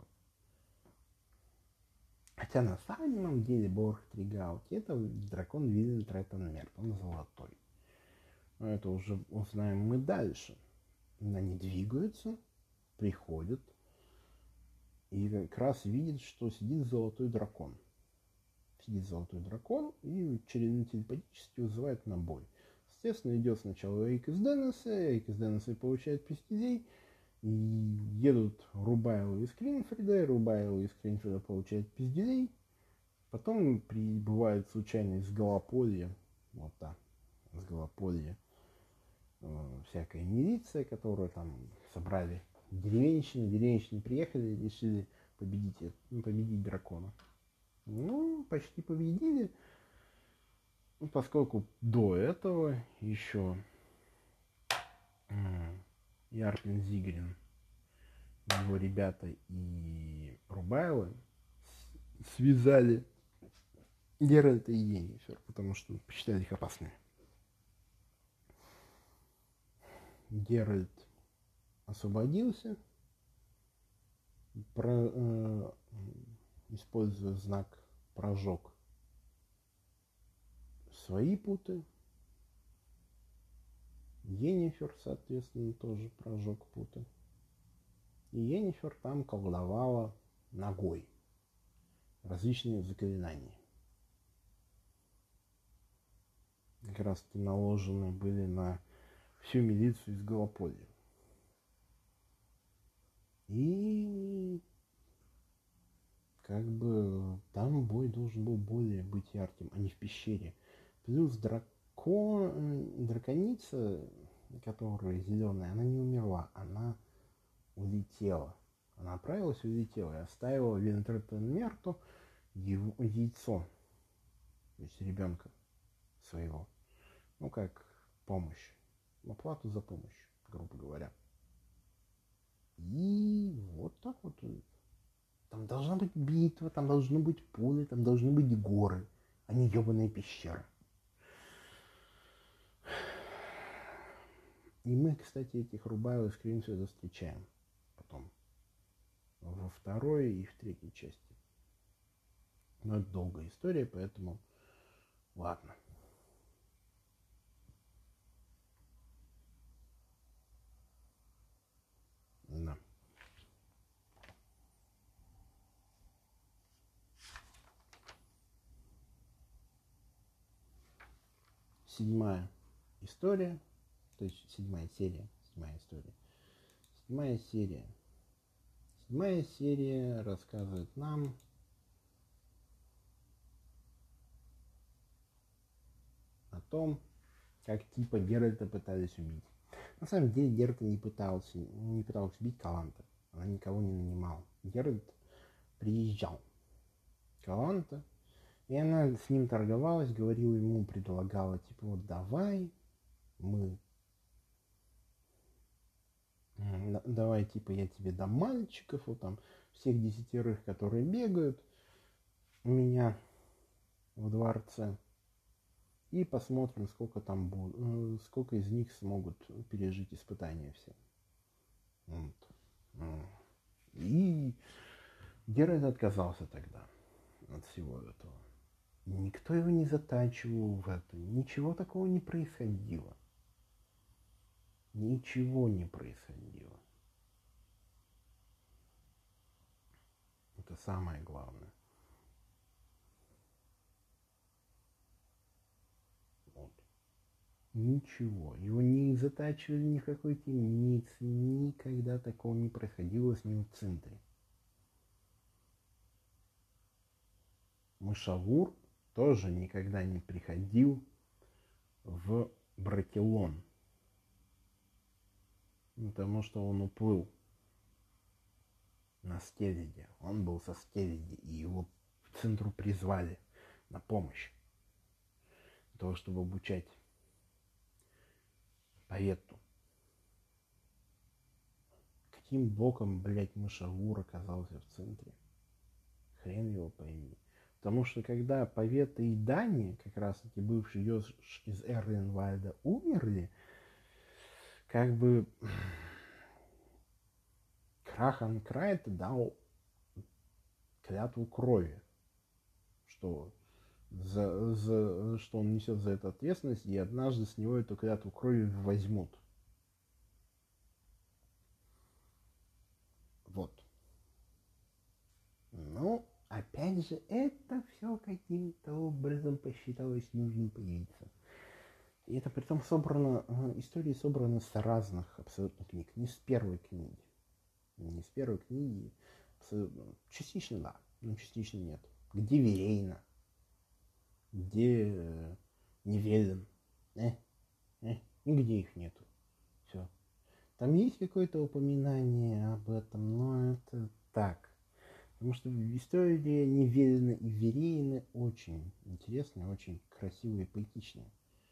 Хотя на самом деле бог Тригаути это дракон Вилен Треттенмерт, он золотой. Но это уже узнаем мы дальше. Они двигаются, приходят, и как раз видит, что сидит золотой дракон. И телепатически вызывает на бой. Естественно, идет сначала Эйкос Деннеса получает пистолей, и едут Рубайло из Кринфрида получает пизделей, потом прибывает случайно из Голополья, вот так, из Голополья, всякая милиция, которую там собрали деревенщины приехали, решили победить дракона. Ну, почти победили, поскольку до этого еще Ярпин Зигрин, его ребята и Рубайло связали Геральта и Йеннифер, потому что посчитали их опасными. Геральт освободился, используя знак прожег свои путы. Йеннифер, соответственно, тоже прожег путы. И Йеннифер там колдовала ногой различные заклинания. Как раз таки наложены были на всю милицию из Голополья. И как бы там бой должен был более быть ярким, а не в пещере. Плюс драконица, которая зеленая, она не умерла, она улетела. Она отправилась и улетела. И оставила Винтертенмерту яйцо, то есть ребенка своего. Ну, как помощь. Оплату за помощь, грубо говоря. И вот так вот. Там должна быть битва, там должны быть пули, там должны быть горы, а не ебаные пещеры. И мы, кстати, этих Рубайло и Скринфилда встречаем потом. Во второй и в третьей части. Но это долгая история, поэтому ладно. Да. Седьмая история, то есть седьмая серия. Седьмая серия рассказывает нам о том, как типа Геральта пытались убить. На самом деле Геральт не пытался убить Каланта. Она никого не нанимала. Геральт приезжал к Каланта, и она с ним торговалась, говорила ему, предлагала, типа, вот давай, давай, типа, я тебе дам мальчиков, вот там, всех 10, которые бегают у меня в дворце, и посмотрим, сколько там будет, сколько из них смогут пережить испытания все. Вот. И Геральт отказался тогда от всего этого. Никто его не затачивал в это. Ничего такого не происходило. Это самое главное. Вот. Ничего. Его не затачивали ни в какой темнице. Никогда такого не происходило с ним в центре. Мышавур тоже никогда не приходил в Бракелон. Потому что он уплыл на Скеллиге. Он был со Скеллиги, и его в центру призвали на помощь. Для того, чтобы обучать Паветту. Каким боком, блядь, Мышавур оказался в центре? Хрен его пойми. Потому что когда Паветта и Дани, как раз таки бывший Йош из Эрленвальда, умерли, как бы Крахан Крайт дал клятву крови, что он несет за это ответственность, и однажды с него эту клятву крови возьмут. Вот. Но, опять же, это все каким-то образом посчиталось нужным появиться. И это притом собрано, истории собраны с разных абсолютно книг, не с первой книги. Не с первой книги, абсолютно. Частично да, но частично нет. Где Верейна? Где Невелин? Нигде их нету. Все. Там есть какое-то упоминание об этом, но это так. Потому что история Невелина и Верейны очень интересная, очень красивая и поэтичная.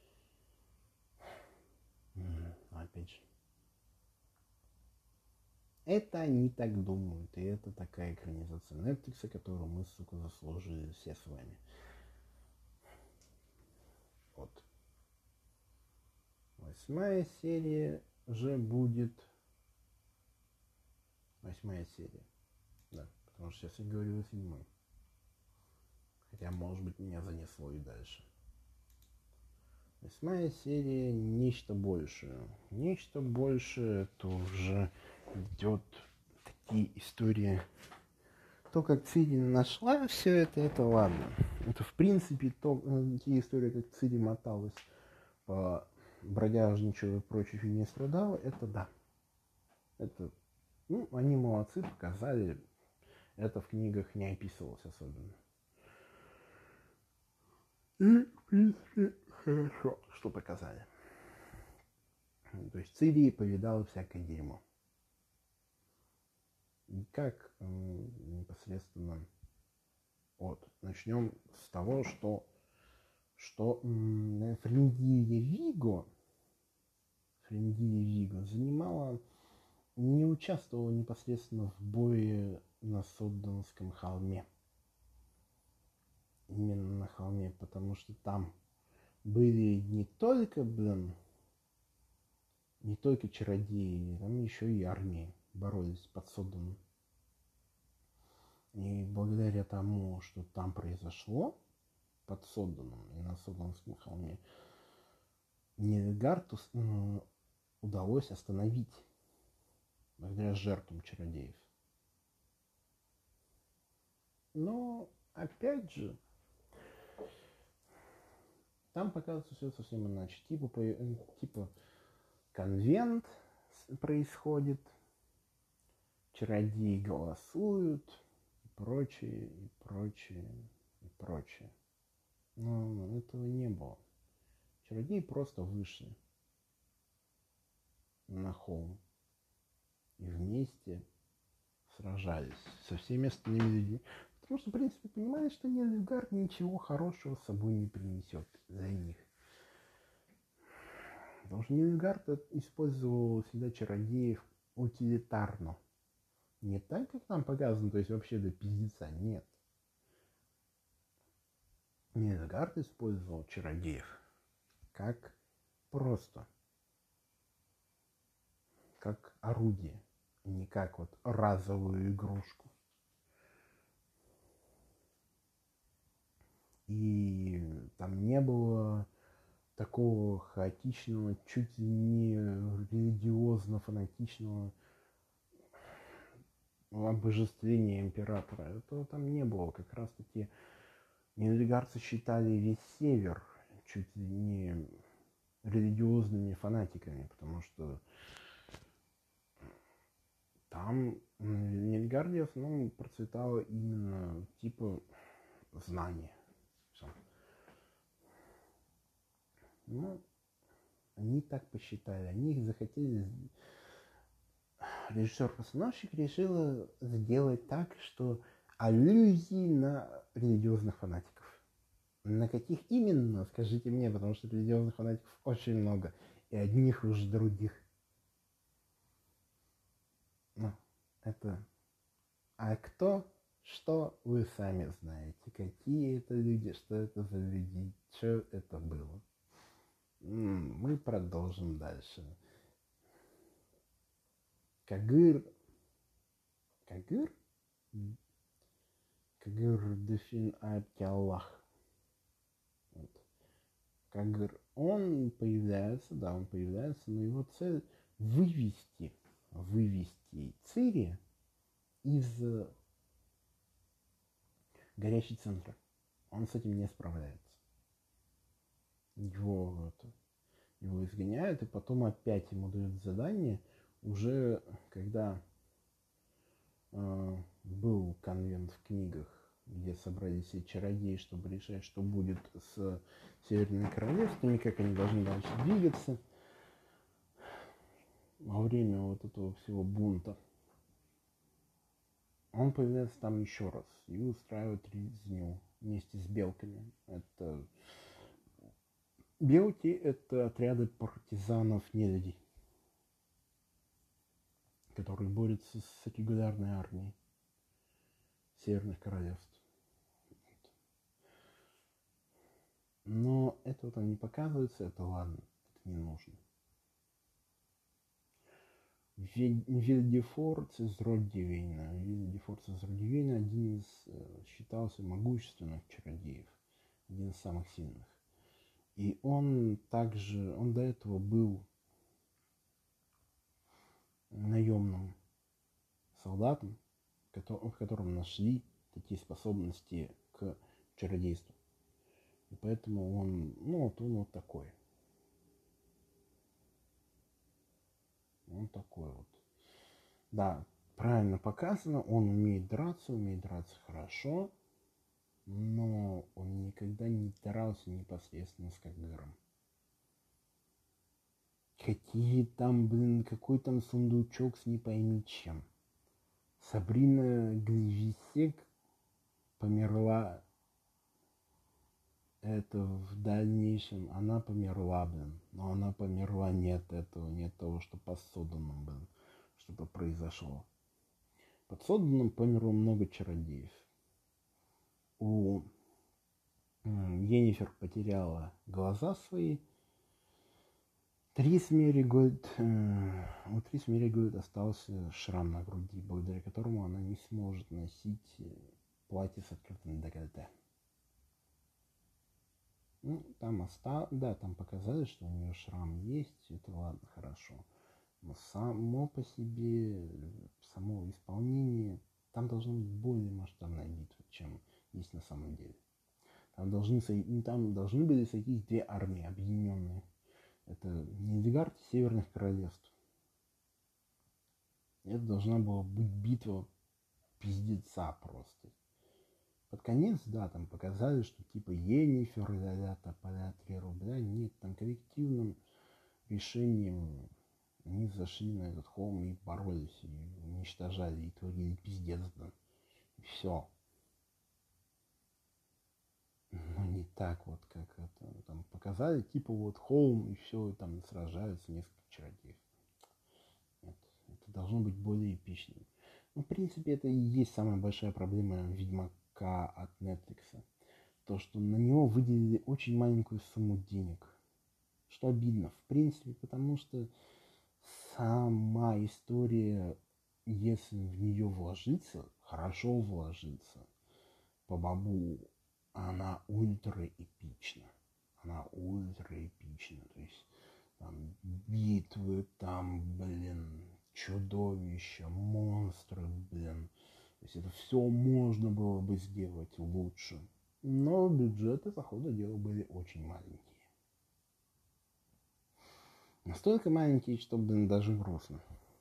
Опять же. Это они так думают, и это такая экранизация Netflix, которую мы, сука, заслужили все с вами. Вот. 8 серия же будет... 8 серия. Да, потому что сейчас я говорю о 7. Хотя, может быть, меня занесло и дальше. 8 серия нечто большее. Нечто большее, это уже идет такие истории. То, как Цири нашла все это ладно. Это, в принципе, те истории, как Цири моталась по бродяжничала и прочей фигне страдала, это да. Это, они молодцы, показали. Это в книгах не описывалось особенно. И, в принципе, хорошо, что показали. То есть Цири повидала всякое дерьмо. И как непосредственно... Вот, начнем с того, что Френдилья Виго занимала, не участвовала непосредственно в бое на Содденском холме. Именно на холме, потому что там были не только чародеи, там еще и армии боролись под Содденом. И благодаря тому, что там произошло под Содденом и на Содденском холме, Нильфгарту удалось остановить благодаря жертвам чародеев. Но, опять же, там показывается все совсем иначе. Типа конвент происходит, чародеи голосуют, и прочее, и прочее, и прочее. Но этого не было. Чародеи просто вышли на холм и вместе сражались со всеми остальными людьми. Потому что, в принципе, понимали, что Нильфгард ничего хорошего с собой не принесет за них. Потому что Нильфгард использовал всегда чародеев утилитарно. Не так, как нам показано, то есть вообще до пиздеца, нет. Нильфгард использовал чародеев как просто, как орудие, не как вот разовую игрушку. И там не было такого хаотичного, чуть ли не религиозно-фанатичного обожествления императора. Этого там не было. Как раз таки нильфгарцы считали весь север чуть ли не религиозными фанатиками, потому что там Нильфгардия в основном процветало именно типа знания. Всё. Ну, они так посчитали. Они захотели... Режиссер-постановщик решил сделать так, что аллюзии на религиозных фанатиков. На каких именно, скажите мне, потому что религиозных фанатиков очень много. И одних хуже других. Ну, это... А кто, что вы сами знаете. Какие это люди, что это за люди, что это было. Мы продолжим дальше. Кагыр... Кагыр? Кагыр Дефин Аллах. Вот. Кагыр. Он появляется, да, он появляется, но его цель вывести Цири из горячей центра. Он с этим не справляется. Его изгоняют, и потом опять ему дают задание, уже когда был конвент в книгах, где собрались все чародеи, чтобы решать, что будет с Северными Королевствами, как они должны дальше двигаться во время вот этого всего бунта. Он появляется там еще раз и устраивает резню вместе с белками. Это белки — это отряды партизанов нелюдей, которые борются с регулярной армией Северных Королевств. Но этого там не показывается, это ладно, это не нужно. Вильгефорд из Роддивейна. Вильгефорд из Роддивейна один из, считался могущественных чародеев, один из самых сильных. И он до этого был наемным солдатом, в котором нашли такие способности к чародейству. И поэтому он вот такой. Он такой вот. Да, правильно показано, он умеет драться хорошо, но он никогда не дрался непосредственно с Кагыром. Какой там сундучок с не пойми чем. Сабрина Гривисек померла. Это в дальнейшем она померла, но она померла не от того, что под Содоном, что-то произошло. Под Содоном померло много чародеев. У Йеннифер потеряла глаза свои. У Трис Меригольд остался шрам на груди, благодаря которому она не сможет носить платье с открытым декольте. Там показали, что у нее шрам есть, это ладно, хорошо. Но само по себе, само исполнение, там должна быть более масштабная битва, чем есть на самом деле. Там должны были сойтись две армии объединенные. Это Нильфгард и Северных Королевств. Это должна была быть битва пиздеца просто. Под конец, да, там показали, что типа Йеннифер и тополя 3 рубля. Нет, там коллективным решением они зашли на этот холм и боролись, и уничтожали, и творили пиздец, да. И все. Но не так вот, как это там показали, типа вот холм, и все, и там сражаются несколько чародеев. Нет, это должно быть более эпичным. Ну, в принципе, это и есть самая большая проблема Ведьмака от Netflix. То, что на него выделили очень маленькую сумму денег. Что обидно, в принципе, потому что сама история, если в нее вложиться, хорошо вложиться, по бабу, она ультра эпична. То есть там битвы, там, чудовища, монстры, блин. То есть это все можно было бы сделать лучше. Но бюджеты, по ходу дела, были очень маленькие. Настолько маленькие, что, блин, даже грустно.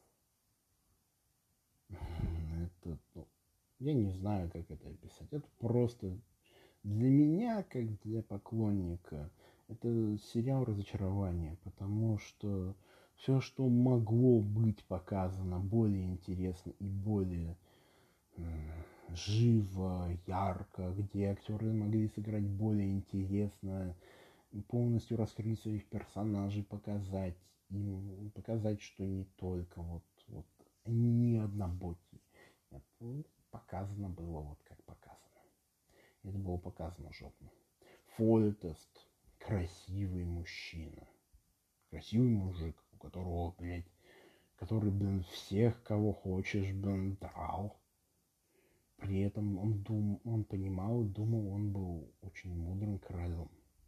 Это, ну, я не знаю, как это описать. Это просто для меня, как для поклонника, это сериал разочарования, потому что все, что могло быть показано более интересно и более живо, ярко, где актеры могли сыграть более интересно, полностью раскрыть своих персонажей, показать им, показать, что не только вот они не однобокие. Это показано было вот как показано. Это было показано жопно. Фольтест, красивый мужчина, красивый мужик, у которого, блядь, который, блин, всех, кого хочешь, блин, драл. При этом он понимал, думал, он был очень мудрым королем.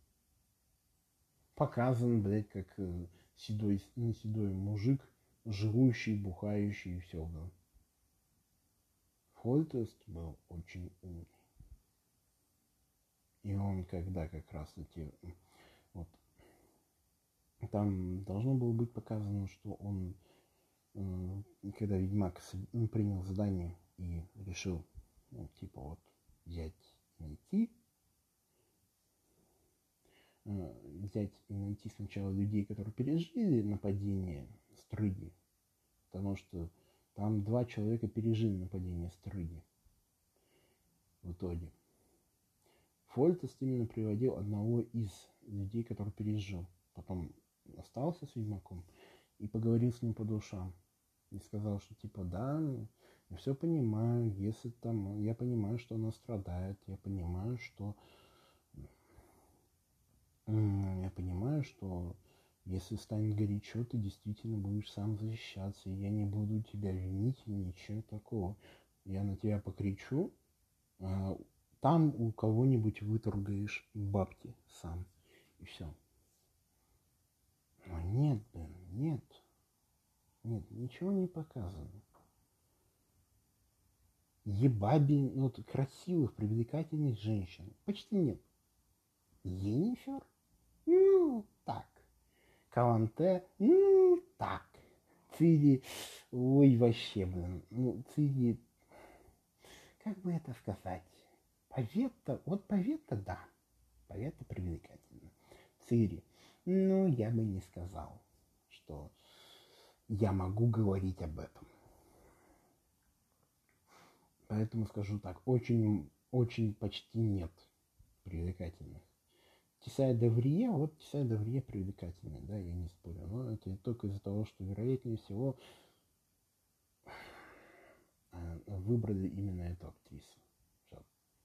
Показан, блядь, как седой мужик, живущий, бухающий и все, блин. Фольтест был очень умный. И он, когда как раз таки вот там должно было быть показано, что он, когда Ведьмак принял задание и решил, ну, типа вот взять и найти сначала людей, которые пережили нападение Стрыги, потому что там 2 человека пережили нападение Стрыги в итоге. Фольтест именно приводил одного из людей, который пережил. Потом остался с Ведьмаком и поговорил с ним по душам. И сказал, что типа, да, я все понимаю, если там, я понимаю, что она страдает, я понимаю, что если станет горячо, ты действительно будешь сам защищаться, и я не буду тебя винить, ничего такого. Я на тебя покричу, а там у кого-нибудь выторгаешь бабки сам, и все. Но нет, блин, нет, ничего не показано. Ебаби, ну, красивых, привлекательных женщин почти нет. Енифер? Ну, так. Каланте? Ну, так. Цири, ой, вообще, блин. Ну, Цири, как бы это сказать? Паветта, да. Паветта привлекательна. Цири, ну, я бы не сказал, что я могу говорить об этом. Поэтому скажу так, очень, очень почти нет привлекательных. Тесая Деврие привлекательная, да, я не спорю. Но это только из-за того, что, вероятнее всего, выбрали именно эту актрису. Все.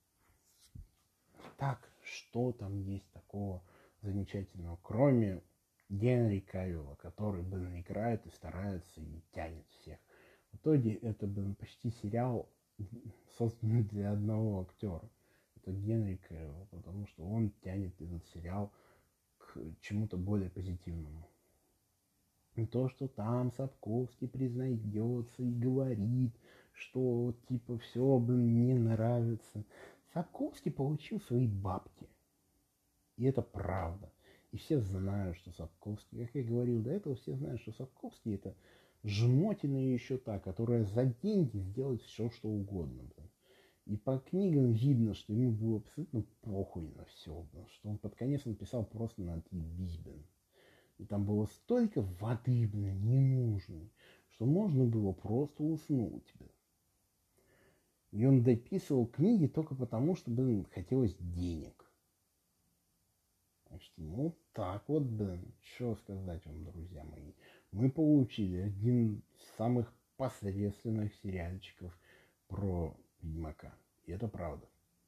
Так, что там есть такого замечательного, кроме Генри Кавилла, который, блин, играет и старается и тянет всех. В итоге это, блин, почти сериал, созданный для одного актера. Это Генри Кавилл, потому что он тянет этот сериал к чему-то более позитивному. И то, что там Сапковский признается и говорит, что типа все, блин, не нравится. Сапковский получил свои бабки. И это правда. И все знают, что Сапковский, как я говорил до этого, все знают, что Сапковский это жмотина еще та, которая за деньги сделает все, что угодно. Блин. И по книгам видно, что ему было абсолютно похуй на все. Блин, что он под конец написал просто на отъебись, блин. И там было столько воды, блин, ненужной, что можно было просто уснуть, блин. И он дописывал книги только потому, что, блин, хотелось денег. Так что, ну, так вот, блин, что сказать вам, друзья мои. Мы получили один из самых посредственных сериальчиков про Ведьмака. И это правда.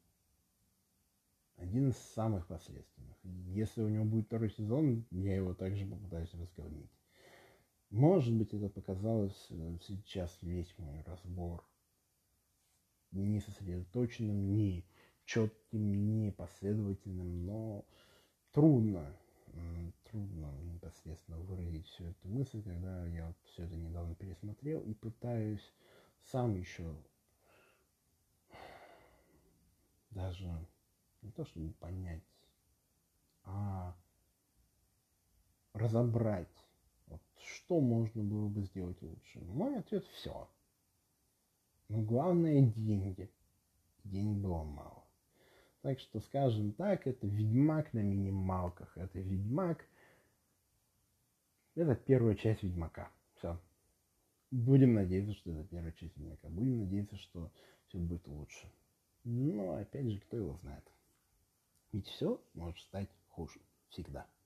Один из самых посредственных. Если у него будет 2 сезон, я его также попытаюсь разговнить. Может быть, это показалось сейчас весь мой разбор не сосредоточенным, не четким, не последовательным, но трудно непосредственно выразить всю эту мысль, когда я вот все это недавно пересмотрел и пытаюсь сам еще даже не то чтобы понять, а разобрать, вот, что можно было бы сделать лучше. Мой ответ — все. Но главное — деньги. Денег было мало. Так что, скажем так, это Ведьмак на минималках. Это Ведьмак. Это первая часть Ведьмака. Все. Будем надеяться, что это первая часть Ведьмака. Будем надеяться, что все будет лучше. Но, опять же, кто его знает. Ведь все может стать хуже. Всегда.